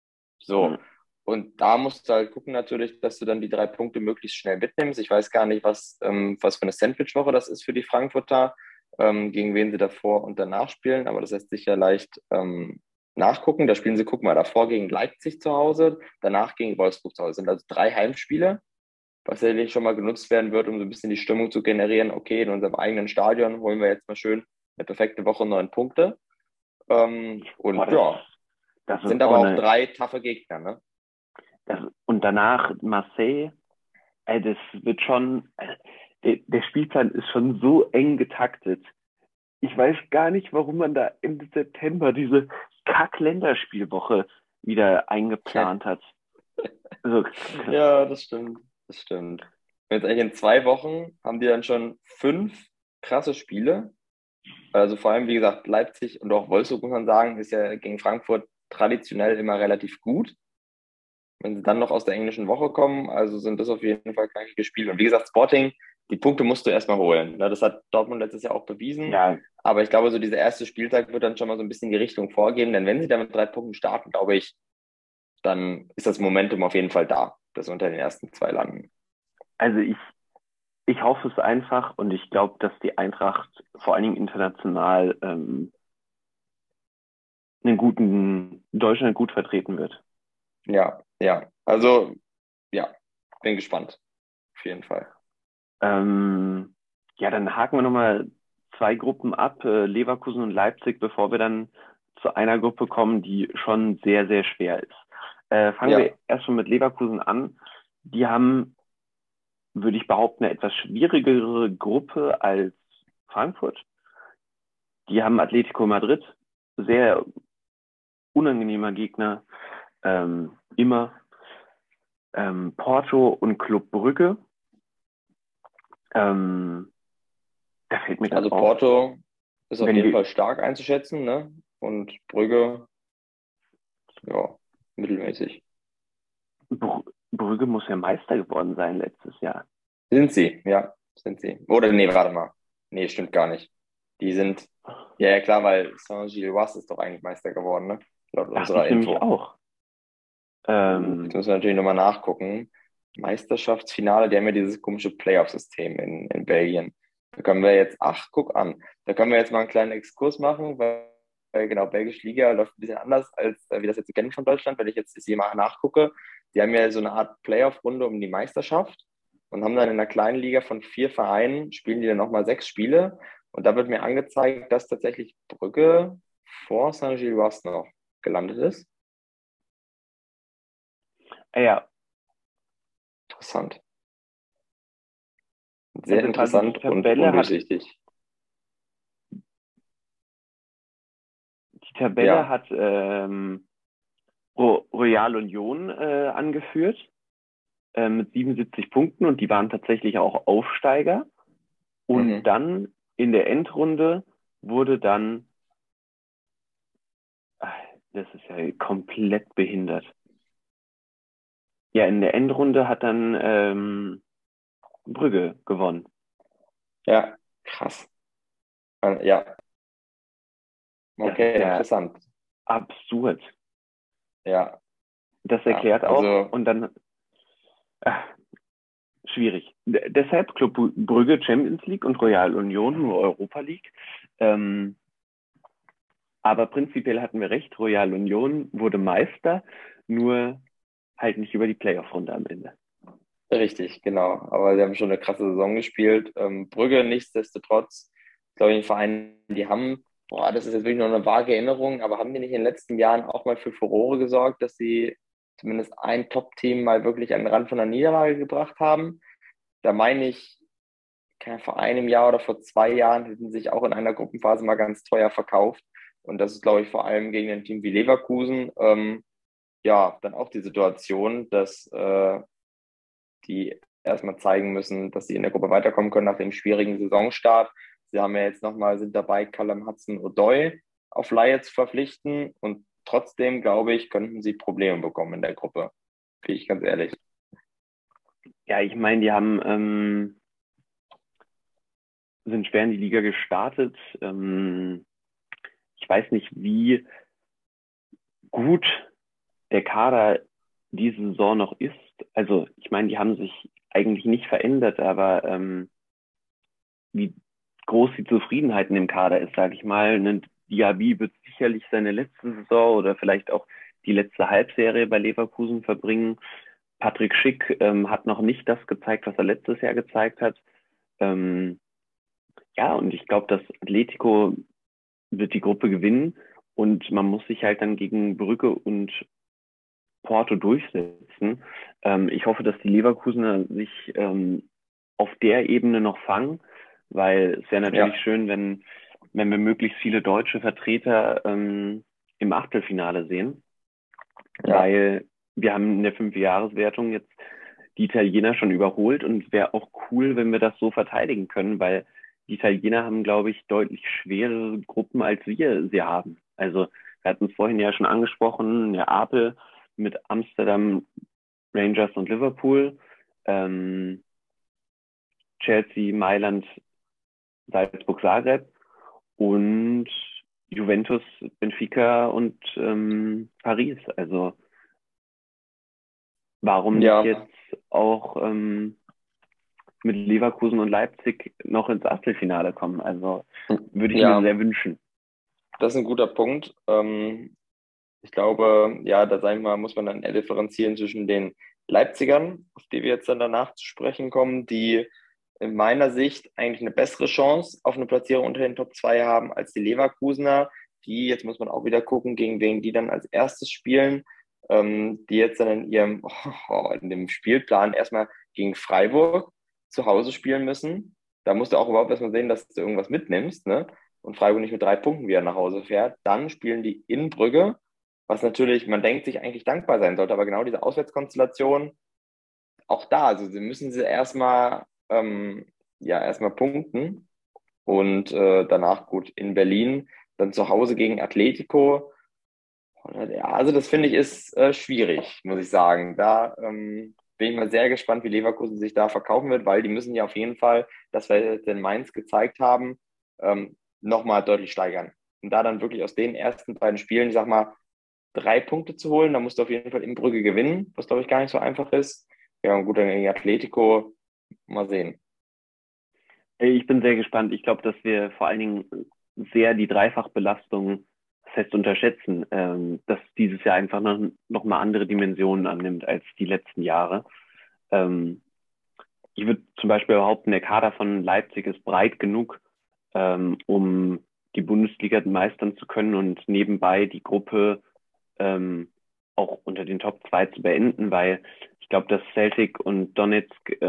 So. Und da musst du halt gucken natürlich, dass du dann die 3 Punkte möglichst schnell mitnimmst. Ich weiß gar nicht, was für eine Sandwich-Woche das ist für die Frankfurter, gegen wen sie davor und danach spielen. Aber das lässt sich ja leicht nachgucken. Da spielen sie, guck mal, davor gegen Leipzig zu Hause, danach gegen Wolfsburg zu Hause. Das sind also 3 Heimspiele, was sicherlich schon mal genutzt werden wird, um so ein bisschen die Stimmung zu generieren. Okay, in unserem eigenen Stadion holen wir jetzt mal schön eine perfekte Woche 9 Punkte. Und Boah, ja, das ist sind auch aber auch 3 taffe Gegner, ne? und danach Marseille, das wird schon, der Spielplan ist schon so eng getaktet. Ich weiß gar nicht, warum man da Ende September diese Kack-Länderspielwoche wieder eingeplant hat. Also, Ja, das stimmt. Das stimmt. Jetzt eigentlich in 2 Wochen haben die dann schon 5 krasse Spiele. Also vor allem, wie gesagt, Leipzig und auch Wolfsburg, muss man sagen, ist ja gegen Frankfurt traditionell immer relativ gut. Wenn sie dann noch aus der englischen Woche kommen, also sind das auf jeden Fall knackige Spiele. Und wie gesagt, Sporting, die Punkte musst du erstmal holen. Ne, das hat Dortmund letztes Jahr auch bewiesen. ja, Aber ich glaube, so dieser erste Spieltag wird dann schon mal so ein bisschen die Richtung vorgeben. Denn wenn sie da mit 3 Punkten starten, glaube ich, dann ist das Momentum auf jeden Fall da, dass sie unter den ersten zwei landen. also ich hoffe es einfach und ich glaube, dass die Eintracht vor allen Dingen international Deutschland gut vertreten wird. Ja, ja. Also, ja, bin gespannt. Auf jeden Fall. Ja, dann haken wir nochmal 2 Gruppen ab, Leverkusen und Leipzig, bevor wir dann zu einer Gruppe kommen, die schon sehr, sehr schwer ist. Fangen wir Ja, erstmal mit Leverkusen an. Die haben, würde ich behaupten, eine etwas schwierigere Gruppe als Frankfurt. Die haben Atletico Madrid, sehr unangenehmer Gegner, immer. Porto und Club Brügge. Da fällt mir gerade also auf, Porto ist auf wenn jeden wir Fall stark einzuschätzen, ne? Und Brügge, ja, mittelmäßig. Brügge muss ja Meister geworden sein letztes Jahr. Sind sie, ja, sind sie. Oder nee, warte mal. Nee, stimmt gar nicht. Die sind, ja, ja klar, weil Saint-Gilloise ist doch eigentlich Meister geworden, ne? Laut Dachte unserer ich nämlich Info. auch. Jetzt müssen wir natürlich nochmal nachgucken. Meisterschaftsfinale, die haben ja dieses komische Playoff-System in Belgien. Da können wir jetzt, ach, guck an, da können wir jetzt mal einen kleinen Exkurs machen, weil genau, belgische Liga läuft ein bisschen anders, als wie das jetzt kennen von Deutschland. Wenn ich jetzt hier mal nachgucke, die haben ja so eine Art Playoff-Runde um die Meisterschaft und haben dann in einer kleinen Liga von 4 Vereinen, spielen die dann nochmal 6 Spiele. Und da wird mir angezeigt, dass tatsächlich Brügge vor Saint-Gilloise noch gelandet ist. Ja, Interessant. Sehr also quasi interessant und undurchsichtig. Die Tabelle Ja. hat Royal Union angeführt mit 77 Punkten und die waren tatsächlich auch Aufsteiger. Und Mhm. dann in der Endrunde wurde dann, das ist ja komplett behindert. Ja, in der Endrunde hat dann Brügge gewonnen. Ja, krass. Ja, Das ist okay, ja interessant. absurd. Ja, Das ja. erklärt auch Also, und dann äh, schwierig. Deshalb Club Brügge Champions League und Royal Union nur Europa League. Ähm, aber prinzipiell hatten wir recht, Royal Union wurde Meister, nur halt nicht über die Playoff-Runde am Ende. Richtig, genau. Aber sie haben schon eine krasse Saison gespielt. Brügge nichtsdestotrotz, glaube ich, ein Verein, die haben, boah, das ist jetzt wirklich nur eine vage Erinnerung, aber haben die nicht in den letzten Jahren auch mal für Furore gesorgt, dass sie zumindest ein Top-Team mal wirklich an den Rand von der Niederlage gebracht haben? Da meine ich, vor einem Jahr oder vor 2 Jahren hätten sie sich auch in einer Gruppenphase mal ganz teuer verkauft. Und das ist, glaube ich, vor allem gegen ein Team wie Leverkusen, ja, dann auch die Situation, dass die erstmal zeigen müssen, dass sie in der Gruppe weiterkommen können nach dem schwierigen Saisonstart. Sie haben ja jetzt nochmal, sind dabei, Callum Hudson-Odoi auf Leihe zu verpflichten und trotzdem, glaube ich, könnten sie Probleme bekommen in der Gruppe. Bin ich ganz ehrlich. Ja, ich meine, die haben sind schwer in die Liga gestartet. Ich weiß nicht, wie gut der Kader diese Saison noch ist. Also ich meine, die haben sich eigentlich nicht verändert, aber wie groß die Zufriedenheit in dem Kader ist, sage ich mal. Ein Diaby wird sicherlich seine letzte Saison oder vielleicht auch die letzte Halbserie bei Leverkusen verbringen. Patrick Schick hat noch nicht das gezeigt, was er letztes Jahr gezeigt hat. Ähm, ja, und ich glaube, dass Atletico wird die Gruppe gewinnen und man muss sich halt dann gegen Brügge und Porto durchsetzen. Ich hoffe, dass die Leverkusener sich auf der Ebene noch fangen, weil es wäre natürlich Ja, schön, wenn wir möglichst viele deutsche Vertreter im Achtelfinale sehen, ja, weil wir haben in der Fünfjahreswertung jetzt die Italiener schon überholt und wäre auch cool, wenn wir das so verteidigen können, weil die Italiener haben, glaube ich, deutlich schwerere Gruppen, als wir sie haben. Also wir hatten es vorhin ja schon angesprochen, Neapel mit Amsterdam, Rangers und Liverpool, ähm, Chelsea, Mailand, Salzburg, Zagreb und Juventus, Benfica und Paris. Also warum nicht ja. jetzt auch mit Leverkusen und Leipzig noch ins Achtelfinale kommen? Also würde ich mir Ja, sehr wünschen. das ist ein guter Punkt. Ich glaube, ja, da sag ich mal, muss man dann eher differenzieren zwischen den Leipzigern, auf die wir jetzt dann danach zu sprechen kommen, die in meiner Sicht eigentlich eine bessere Chance auf eine Platzierung unter den Top 2 haben als die Leverkusener, die, jetzt muss man auch wieder gucken, gegen wen die dann als erstes spielen, die jetzt dann in ihrem, in dem Spielplan erstmal gegen Freiburg zu Hause spielen müssen. Da musst du auch überhaupt erstmal sehen, dass du irgendwas mitnimmst, ne? Und Freiburg nicht mit 3 Punkten wieder nach Hause fährt. Dann spielen die in Brügge, was natürlich, man denkt sich eigentlich dankbar sein sollte, aber genau diese Auswärtskonstellation, auch da, also sie müssen sie erstmal, ja, erstmal punkten und danach gut in Berlin, dann zu Hause gegen Atletico. Ja, also das finde ich ist schwierig, muss ich sagen. Da bin ich mal sehr gespannt, wie Leverkusen sich da verkaufen wird, weil die müssen ja auf jeden Fall, das wir jetzt in Mainz gezeigt haben, nochmal deutlich steigern. Und da dann wirklich aus den ersten beiden Spielen, ich sag mal, 3 Punkte zu holen. Da musst du auf jeden Fall in Brügge gewinnen, was glaube ich gar nicht so einfach ist. Ja, und gut, dann gegen Atletico, mal sehen. Ich bin sehr gespannt. Ich glaube, dass wir vor allen Dingen sehr die Dreifachbelastung fest unterschätzen, dass dieses Jahr einfach noch mal andere Dimensionen annimmt als die letzten Jahre. Ähm, Ich würde zum Beispiel behaupten, der Kader von Leipzig ist breit genug, um die Bundesliga meistern zu können und nebenbei die Gruppe auch unter den Top 2 zu beenden, weil ich glaube, dass Celtic und Donetsk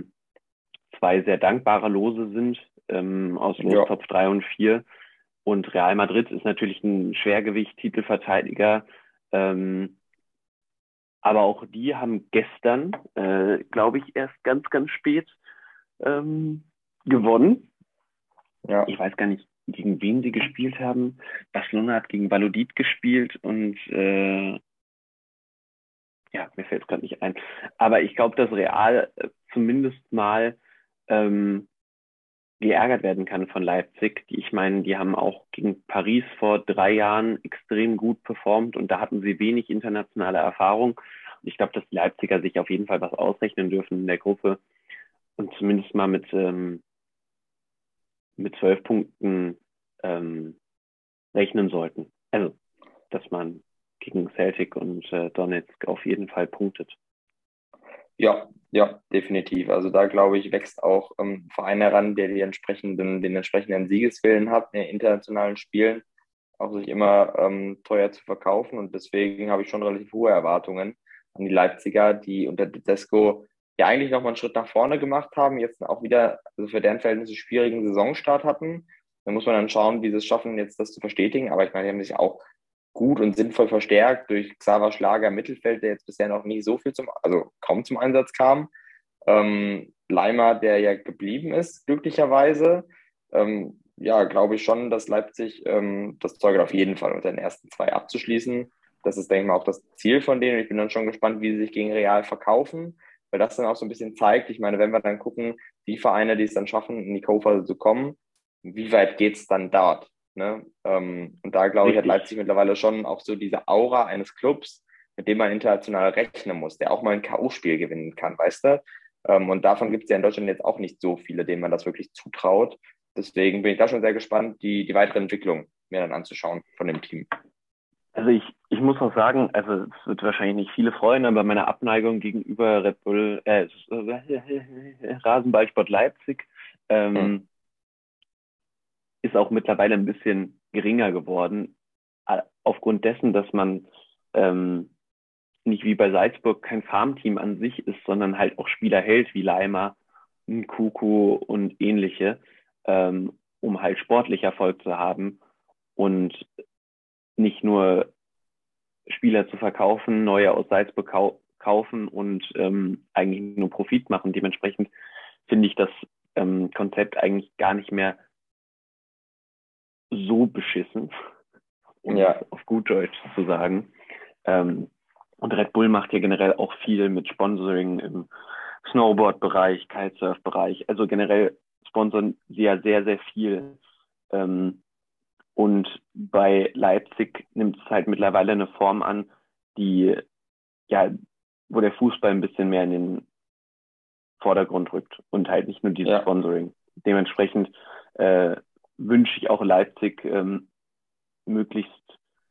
zwei sehr dankbare Lose sind aus Ja, Lostopf 3 und 4. Und Real Madrid ist natürlich ein Schwergewicht-Titelverteidiger. Ähm, aber auch die haben gestern, glaube ich, erst ganz spät ähm, gewonnen. ja. Ich weiß gar nicht, gegen wen sie gespielt haben. Barcelona hat gegen Valladolid gespielt und ja, mir fällt es gerade nicht ein. Aber ich glaube, dass Real zumindest mal ähm, geärgert werden kann von Leipzig. Ich meine, die haben auch gegen Paris vor 3 Jahren extrem gut performt und da hatten sie wenig internationale Erfahrung. Und ich glaube, dass die Leipziger sich auf jeden Fall was ausrechnen dürfen in der Gruppe und zumindest mal mit 12 Punkten rechnen sollten. Also, dass man gegen Celtic und Donetsk auf jeden Fall punktet. Ja, definitiv. Also da glaube ich, wächst auch ein Verein heran, der den entsprechenden Siegeswillen hat in den internationalen Spielen, auch sich immer teuer zu verkaufen. Und deswegen habe ich schon relativ hohe Erwartungen an die Leipziger, die unter Tedesco ja eigentlich nochmal einen Schritt nach vorne gemacht haben, jetzt auch wieder also für deren Verhältnisse schwierigen Saisonstart hatten. Da muss man dann schauen, wie sie es schaffen, jetzt das zu verstetigen. Aber ich meine, die haben sich auch gut und sinnvoll verstärkt durch Xaver Schlager im Mittelfeld, der jetzt bisher noch nie so viel also kaum zum Einsatz kam. Leimer, der ja geblieben ist, glücklicherweise. Ja, glaube ich schon, dass Leipzig das Zeug hat, auf jeden Fall unter den ersten zwei abzuschließen. Das ist, denke ich mal, auch das Ziel von denen. Ich bin dann schon gespannt, wie sie sich gegen Real verkaufen, weil das dann auch so ein bisschen zeigt, ich meine, wenn wir dann gucken, die Vereine, die es dann schaffen, in die Co-Phase zu kommen, wie weit geht es dann dort? Ne? Und da, glaube ich, hat Richtig. Leipzig mittlerweile schon auch so diese Aura eines Clubs, mit dem man international rechnen muss, der auch mal ein K.O.-Spiel gewinnen kann, weißt du? Und davon gibt es ja in Deutschland jetzt auch nicht so viele, denen man das wirklich zutraut. Deswegen bin ich da schon sehr gespannt, die weitere Entwicklung mir dann anzuschauen von dem Team. Also ich muss auch sagen, also es wird wahrscheinlich nicht viele freuen, aber meine Abneigung gegenüber Red Bull, Rasenballsport Leipzig, Hm. ähm, ist auch mittlerweile ein bisschen geringer geworden, aufgrund dessen, dass man ähm, nicht wie bei Salzburg kein Farmteam an sich ist, sondern halt auch Spieler hält wie Leimer, Nkunku und ähnliche, um halt sportlich Erfolg zu haben und nicht nur Spieler zu verkaufen, neue aus Salzburg kaufen und eigentlich nur Profit machen. Dementsprechend finde ich das Konzept eigentlich gar nicht mehr so beschissen, um Ja, es auf gut Deutsch zu sagen. Ähm, und Red Bull macht ja generell auch viel mit Sponsoring im Snowboard-Bereich, Kitesurf-Bereich. Also generell sponsern sie ja sehr, sehr viel. Ähm, und bei Leipzig nimmt es halt mittlerweile eine Form an, die, ja, wo der Fußball ein bisschen mehr in den Vordergrund rückt und halt nicht nur dieses ja, Sponsoring. Dementsprechend äh, wünsche ich auch Leipzig möglichst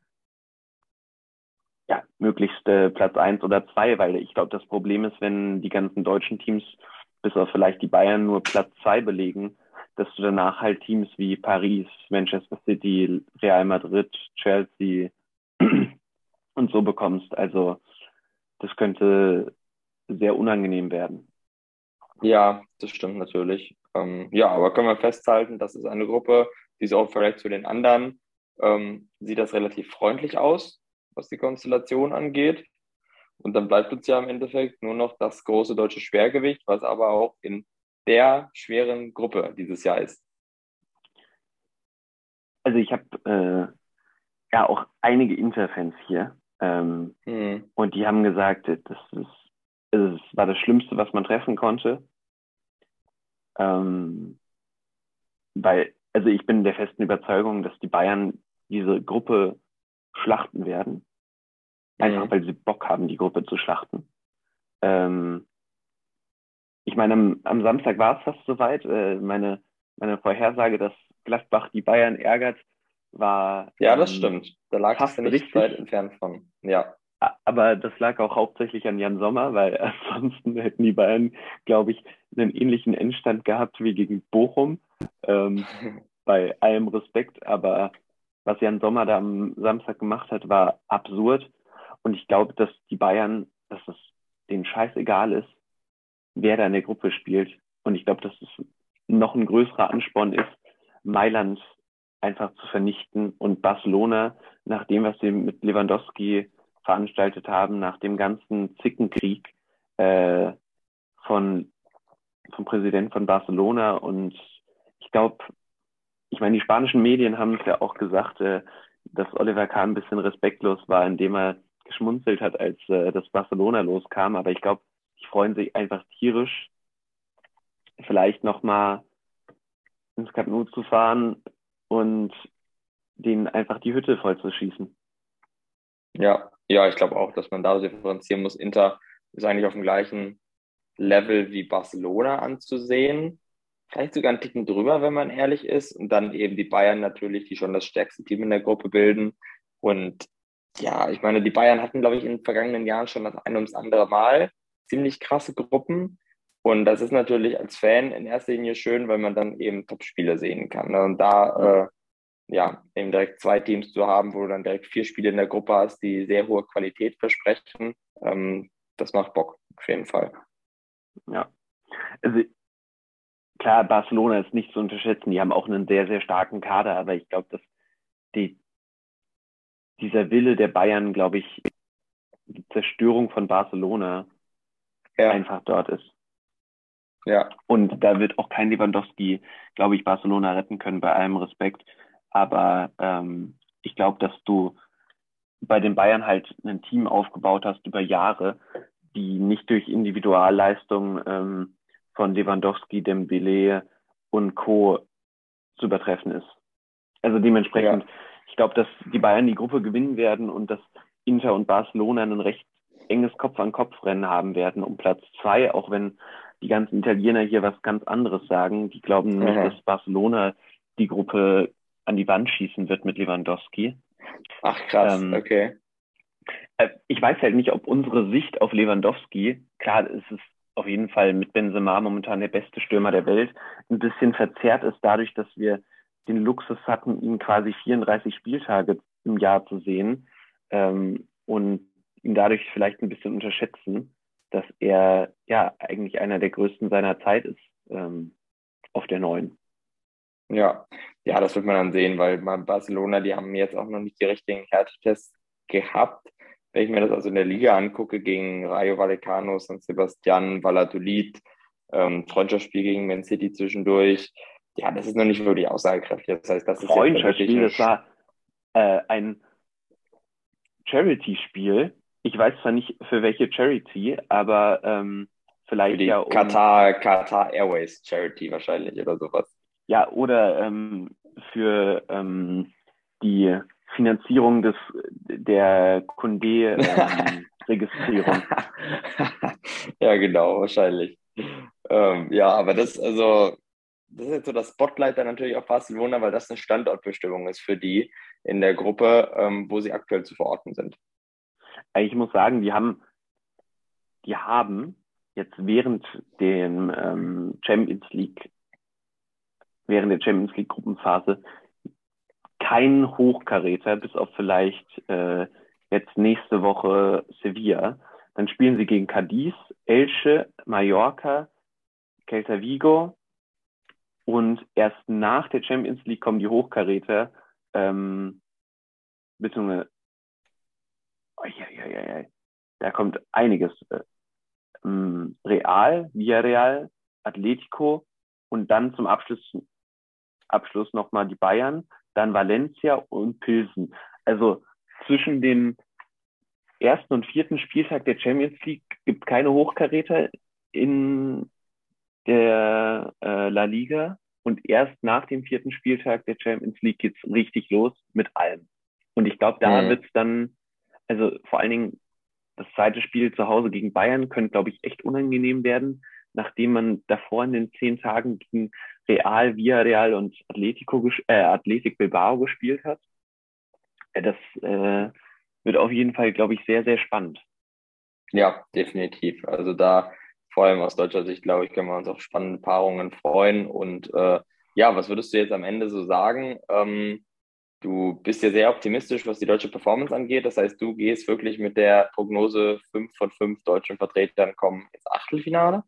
möglichst Platz eins oder zwei, weil ich glaube, das Problem ist, wenn die ganzen deutschen Teams, bis auf vielleicht die Bayern, nur Platz zwei belegen, dass du danach halt Teams wie Paris, Manchester City, Real Madrid, Chelsea und so bekommst. Also das könnte sehr unangenehm werden. ja, das stimmt natürlich. Ja, aber können wir festhalten, das ist eine Gruppe, die ist auch vielleicht zu den anderen, sieht das relativ freundlich aus, was die Konstellation angeht. Und dann bleibt uns ja im Endeffekt nur noch das große deutsche Schwergewicht, was aber auch in der schweren Gruppe dieses Jahr ist. Also ich habe ja auch einige Interfans hier Hm. und die haben gesagt, es war das Schlimmste, was man treffen konnte. Ähm, weil, also ich bin der festen Überzeugung, dass die Bayern diese Gruppe schlachten werden. Einfach Hm. weil sie Bock haben, die Gruppe zu schlachten. Ähm, ich meine, am Samstag war es fast soweit. Meine Vorhersage, dass Gladbach die Bayern ärgert, war Ja, das stimmt. Da lagst du fast nicht weit richtig. entfernt von. Ja. Aber das lag auch hauptsächlich an Jan Sommer, weil ansonsten hätten die Bayern, glaube ich, einen ähnlichen Endstand gehabt wie gegen Bochum. Ähm, bei allem Respekt, aber was Jan Sommer da am Samstag gemacht hat, war absurd. Und ich glaube, dass die Bayern, dass es denen scheißegal ist, wer da in der Gruppe spielt. Und ich glaube, dass es noch ein größerer Ansporn ist, Mailand einfach zu vernichten und Barcelona, nach dem, was sie mit Lewandowski veranstaltet haben, nach dem ganzen Zickenkrieg äh, von, vom Präsident von Barcelona. Und ich glaube, ich meine, die spanischen Medien haben es ja auch gesagt, dass Oliver Kahn ein bisschen respektlos war, indem er geschmunzelt hat, als das Barcelona loskam. Aber ich glaube, die freuen sich einfach tierisch, vielleicht nochmal ins Camp Nou zu fahren und denen einfach die Hütte voll zu schießen. Ja, ich glaube auch, dass man da differenzieren muss. Inter ist eigentlich auf dem gleichen Level wie Barcelona anzusehen. Vielleicht sogar einen Ticken drüber, wenn man ehrlich ist. Und dann eben die Bayern natürlich, die schon das stärkste Team in der Gruppe bilden. Und ja, ich meine, die Bayern hatten, glaube ich, in den vergangenen Jahren schon das eine ums andere Mal ziemlich krasse Gruppen. Und das ist natürlich als Fan in erster Linie schön, weil man dann eben Top-Spiele sehen kann. Ne? Und da ja, eben direkt zwei Teams zu haben, wo du dann direkt 4 Spiele in der Gruppe hast, die sehr hohe Qualität versprechen, das macht Bock, auf jeden Fall. Ja, also klar, Barcelona ist nicht zu unterschätzen. Die haben auch einen sehr, sehr starken Kader, aber ich glaube, dass die, dieser Wille der Bayern, glaube ich, die Zerstörung von Barcelona Ja, einfach dort ist. ja, Und da wird auch kein Lewandowski, glaube ich, Barcelona retten können, bei allem Respekt. Aber ich glaube, dass du bei den Bayern halt ein Team aufgebaut hast über Jahre, die nicht durch Individualleistung von Lewandowski, Dembélé und Co. zu übertreffen ist. Also dementsprechend, ja, ich glaube, dass die Bayern die Gruppe gewinnen werden und dass Inter und Barcelona ein recht enges Kopf-an-Kopf-Rennen haben werden um Platz 2, auch wenn die ganzen Italiener hier was ganz anderes sagen. Die glauben nämlich, dass aha. Barcelona die Gruppe an die Wand schießen wird mit Lewandowski. Ach krass, Ähm, okay. Ich weiß halt nicht, ob unsere Sicht auf Lewandowski, klar, es ist auf jeden Fall mit Benzema momentan der beste Stürmer der Welt, ein bisschen verzerrt ist dadurch, dass wir den Luxus hatten, ihn quasi 34 Spieltage im Jahr zu sehen und ihn dadurch vielleicht ein bisschen unterschätzen, dass er ja eigentlich einer der größten seiner Zeit ist auf der Neuen. Ja, ja, das wird man dann sehen, weil bei Barcelona, die haben jetzt auch noch nicht die richtigen Härtetests gehabt. Wenn ich mir das also in der Liga angucke, gegen Rayo Vallecano, San Sebastián, Valladolid, Freundschaftsspiel gegen Man City zwischendurch, ja, das ist noch nicht wirklich aussagekräftig. Das heißt, das ist jetzt wirklich Freundschaftsspiel, das war ein Charity-Spiel. Ich weiß zwar nicht für welche Charity, aber für vielleicht ja die um, Qatar Airways Charity wahrscheinlich oder sowas. ja, oder für die Finanzierung der Condé-Registrierung. Ja, genau, wahrscheinlich. Ja, aber das ist jetzt so das Spotlight dann natürlich auf Barcelona, weil das eine Standortbestimmung ist für die in der Gruppe, wo sie aktuell zu verorten sind. Ich muss sagen, die haben jetzt dem während der Champions League Gruppenphase kein Hochkaräter, bis auf vielleicht jetzt nächste Woche Sevilla. Dann spielen sie gegen Cadiz, Elche, Mallorca, Celta Vigo und erst nach der Champions League kommen die Hochkaräter, beziehungsweise, oh, ja, da kommt einiges. Real, Villarreal, Atletico und dann zum Abschluss nochmal die Bayern, dann Valencia und Pilsen. Also zwischen dem ersten und vierten Spieltag der Champions League gibt es keine Hochkaräter in der La Liga und erst nach dem vierten Spieltag der Champions League geht's richtig los mit allem. Und ich glaube, da Hm. wird's dann, also vor allen Dingen das zweite Spiel zu Hause gegen Bayern könnte, glaube ich, echt unangenehm werden, nachdem man davor in den 10 Tagen gegen Real, Villarreal und Athletic Bilbao gespielt hat. Das wird auf jeden Fall, glaube ich, sehr, sehr spannend. Ja, definitiv. Also da, vor allem aus deutscher Sicht, glaube ich, können wir uns auf spannende Paarungen freuen. Und ja, was würdest du jetzt am Ende so sagen? Du bist ja sehr optimistisch, was die deutsche Performance angeht. Das heißt, du gehst wirklich mit der Prognose, 5 von 5 deutschen Vertretern kommen ins Achtelfinale?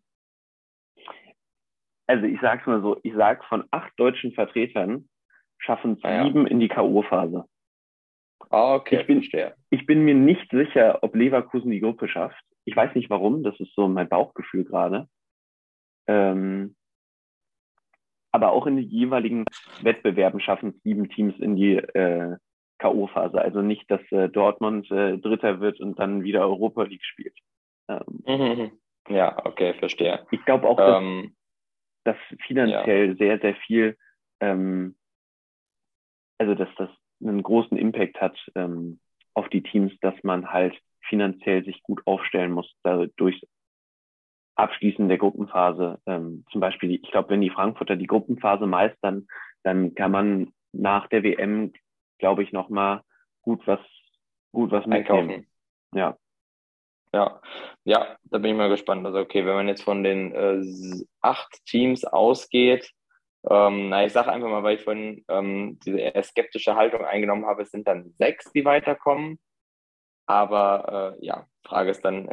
Also ich sage es mal so, ich sage, von 8 deutschen Vertretern schaffen es Ah ja. 7 in die K.O.-Phase. Ah, okay, Ich bin, verstehe. ich bin mir nicht sicher, ob Leverkusen die Gruppe schafft. Ich weiß nicht warum, das ist so mein Bauchgefühl gerade. Ähm, aber auch in den jeweiligen Wettbewerben schaffen es 7 Teams in die K.O.-Phase. Also nicht, dass Dortmund Dritter wird und dann wieder Europa League spielt. Ähm, Mhm. Ja, okay, verstehe. Ich glaube auch, dass Ähm, das ja, finanziell sehr, sehr viel, ähm, also dass das einen großen Impact hat auf die Teams, dass man halt finanziell sich gut aufstellen muss, dadurch Abschließen der Gruppenphase. Zum Beispiel, ich glaube, wenn die Frankfurter die Gruppenphase meistern, dann kann man nach der WM, glaube ich, nochmal gut was, gut was mitnehmen. einkaufen. Ja, Ja, ja, da bin ich mal gespannt. Also okay, wenn man jetzt von den 8 Teams ausgeht, ich sage einfach mal, weil ich vorhin diese eher skeptische Haltung eingenommen habe, es sind dann 6, die weiterkommen. Aber ja, Frage ist dann,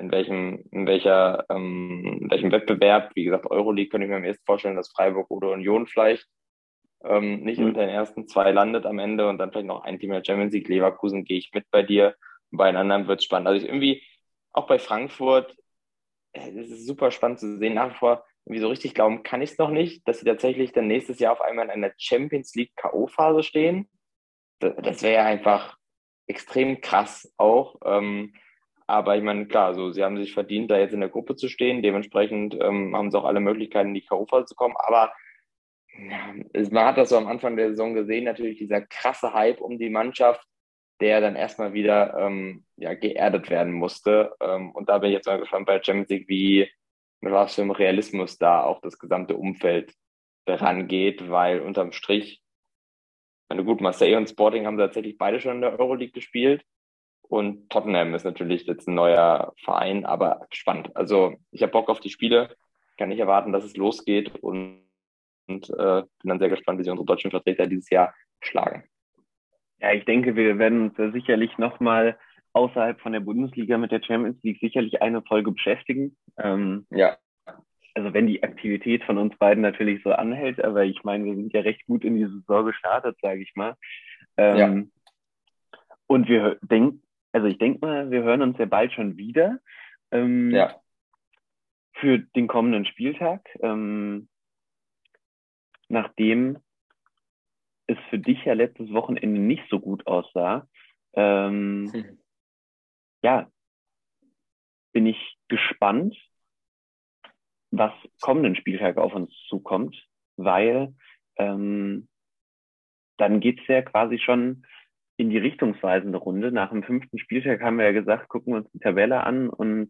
in welchem Wettbewerb, wie gesagt, Euroleague könnte ich mir am ehesten vorstellen, dass Freiburg oder Union vielleicht nicht Hm. unter den ersten 2 landet am Ende und dann vielleicht noch ein Team in der Champions League. Leverkusen gehe ich mit bei dir. Bei den anderen wird es spannend. Also ich irgendwie, auch bei Frankfurt, es ist super spannend zu sehen. Nach wie vor, irgendwie so richtig glauben kann ich es noch nicht, dass sie tatsächlich dann nächstes Jahr auf einmal in einer Champions League K.O.-Phase stehen. Das wäre ja einfach extrem krass auch. Aber ich meine, klar, so, sie haben sich verdient, da jetzt in der Gruppe zu stehen. Dementsprechend haben sie auch alle Möglichkeiten, in die K.O.-Phase zu kommen. Aber ja, man hat das so am Anfang der Saison gesehen, natürlich dieser krasse Hype um die Mannschaft, der dann erstmal wieder ja, geerdet werden musste. Und da bin ich jetzt mal gespannt bei der Champions League, mit was für einem Realismus da auch das gesamte Umfeld rangeht, weil unterm Strich, meine gut, Marseille und Sporting haben tatsächlich beide schon in der Euroleague gespielt. Und Tottenham ist natürlich jetzt ein neuer Verein, aber spannend. Also ich habe Bock auf die Spiele, kann nicht erwarten, dass es losgeht und bin dann sehr gespannt, wie sie unsere deutschen Vertreter dieses Jahr schlagen. Ja, ich denke, wir werden uns da sicherlich nochmal außerhalb von der Bundesliga mit der Champions League sicherlich eine Folge beschäftigen. Ja, Also wenn die Aktivität von uns beiden natürlich so anhält, aber ich meine, wir sind ja recht gut in die Saison gestartet, sage ich mal. ja, Ähm, und also ich denke mal, wir hören uns ja bald schon wieder ähm, ja. für den kommenden Spieltag, nachdem es für dich ja letztes Wochenende nicht so gut aussah. Ähm, Hm. ja, bin ich gespannt, was kommenden Spieltag auf uns zukommt, weil ähm, dann geht's ja quasi schon in die richtungsweisende Runde. Nach dem 5. Spieltag haben wir ja gesagt, gucken wir uns die Tabelle an und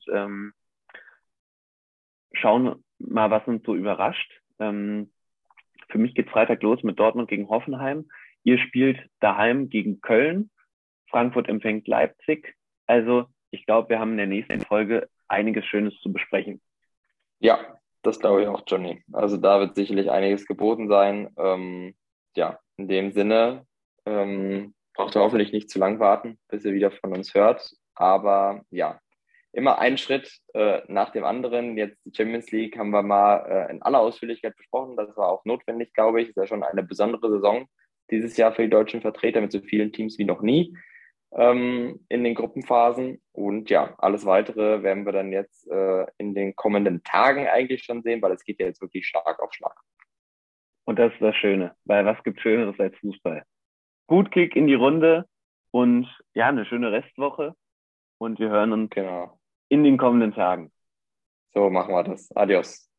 schauen mal, was uns so überrascht. Für mich geht Freitag los mit Dortmund gegen Hoffenheim. Ihr spielt daheim gegen Köln. Frankfurt empfängt Leipzig. Also ich glaube, wir haben in der nächsten Folge einiges Schönes zu besprechen. Ja, das glaube ich auch, Johnny. Also da wird sicherlich einiges geboten sein. Ja, in dem Sinne braucht ihr hoffentlich nicht zu lang warten, bis ihr wieder von uns hört. Aber ja, immer einen Schritt nach dem anderen. Jetzt die Champions League haben wir mal in aller Ausführlichkeit besprochen. Das war auch notwendig, glaube ich. Ist ja schon eine besondere Saison dieses Jahr für die deutschen Vertreter mit so vielen Teams wie noch nie in den Gruppenphasen. Und ja, alles weitere werden wir dann jetzt in den kommenden Tagen eigentlich schon sehen, weil es geht ja jetzt wirklich Schlag auf Schlag. Und das ist das Schöne, weil was gibt Schöneres als Fußball? Gut Kick in die Runde und ja, eine schöne Restwoche und wir hören uns Genau. in den kommenden Tagen. So machen wir das. Adios.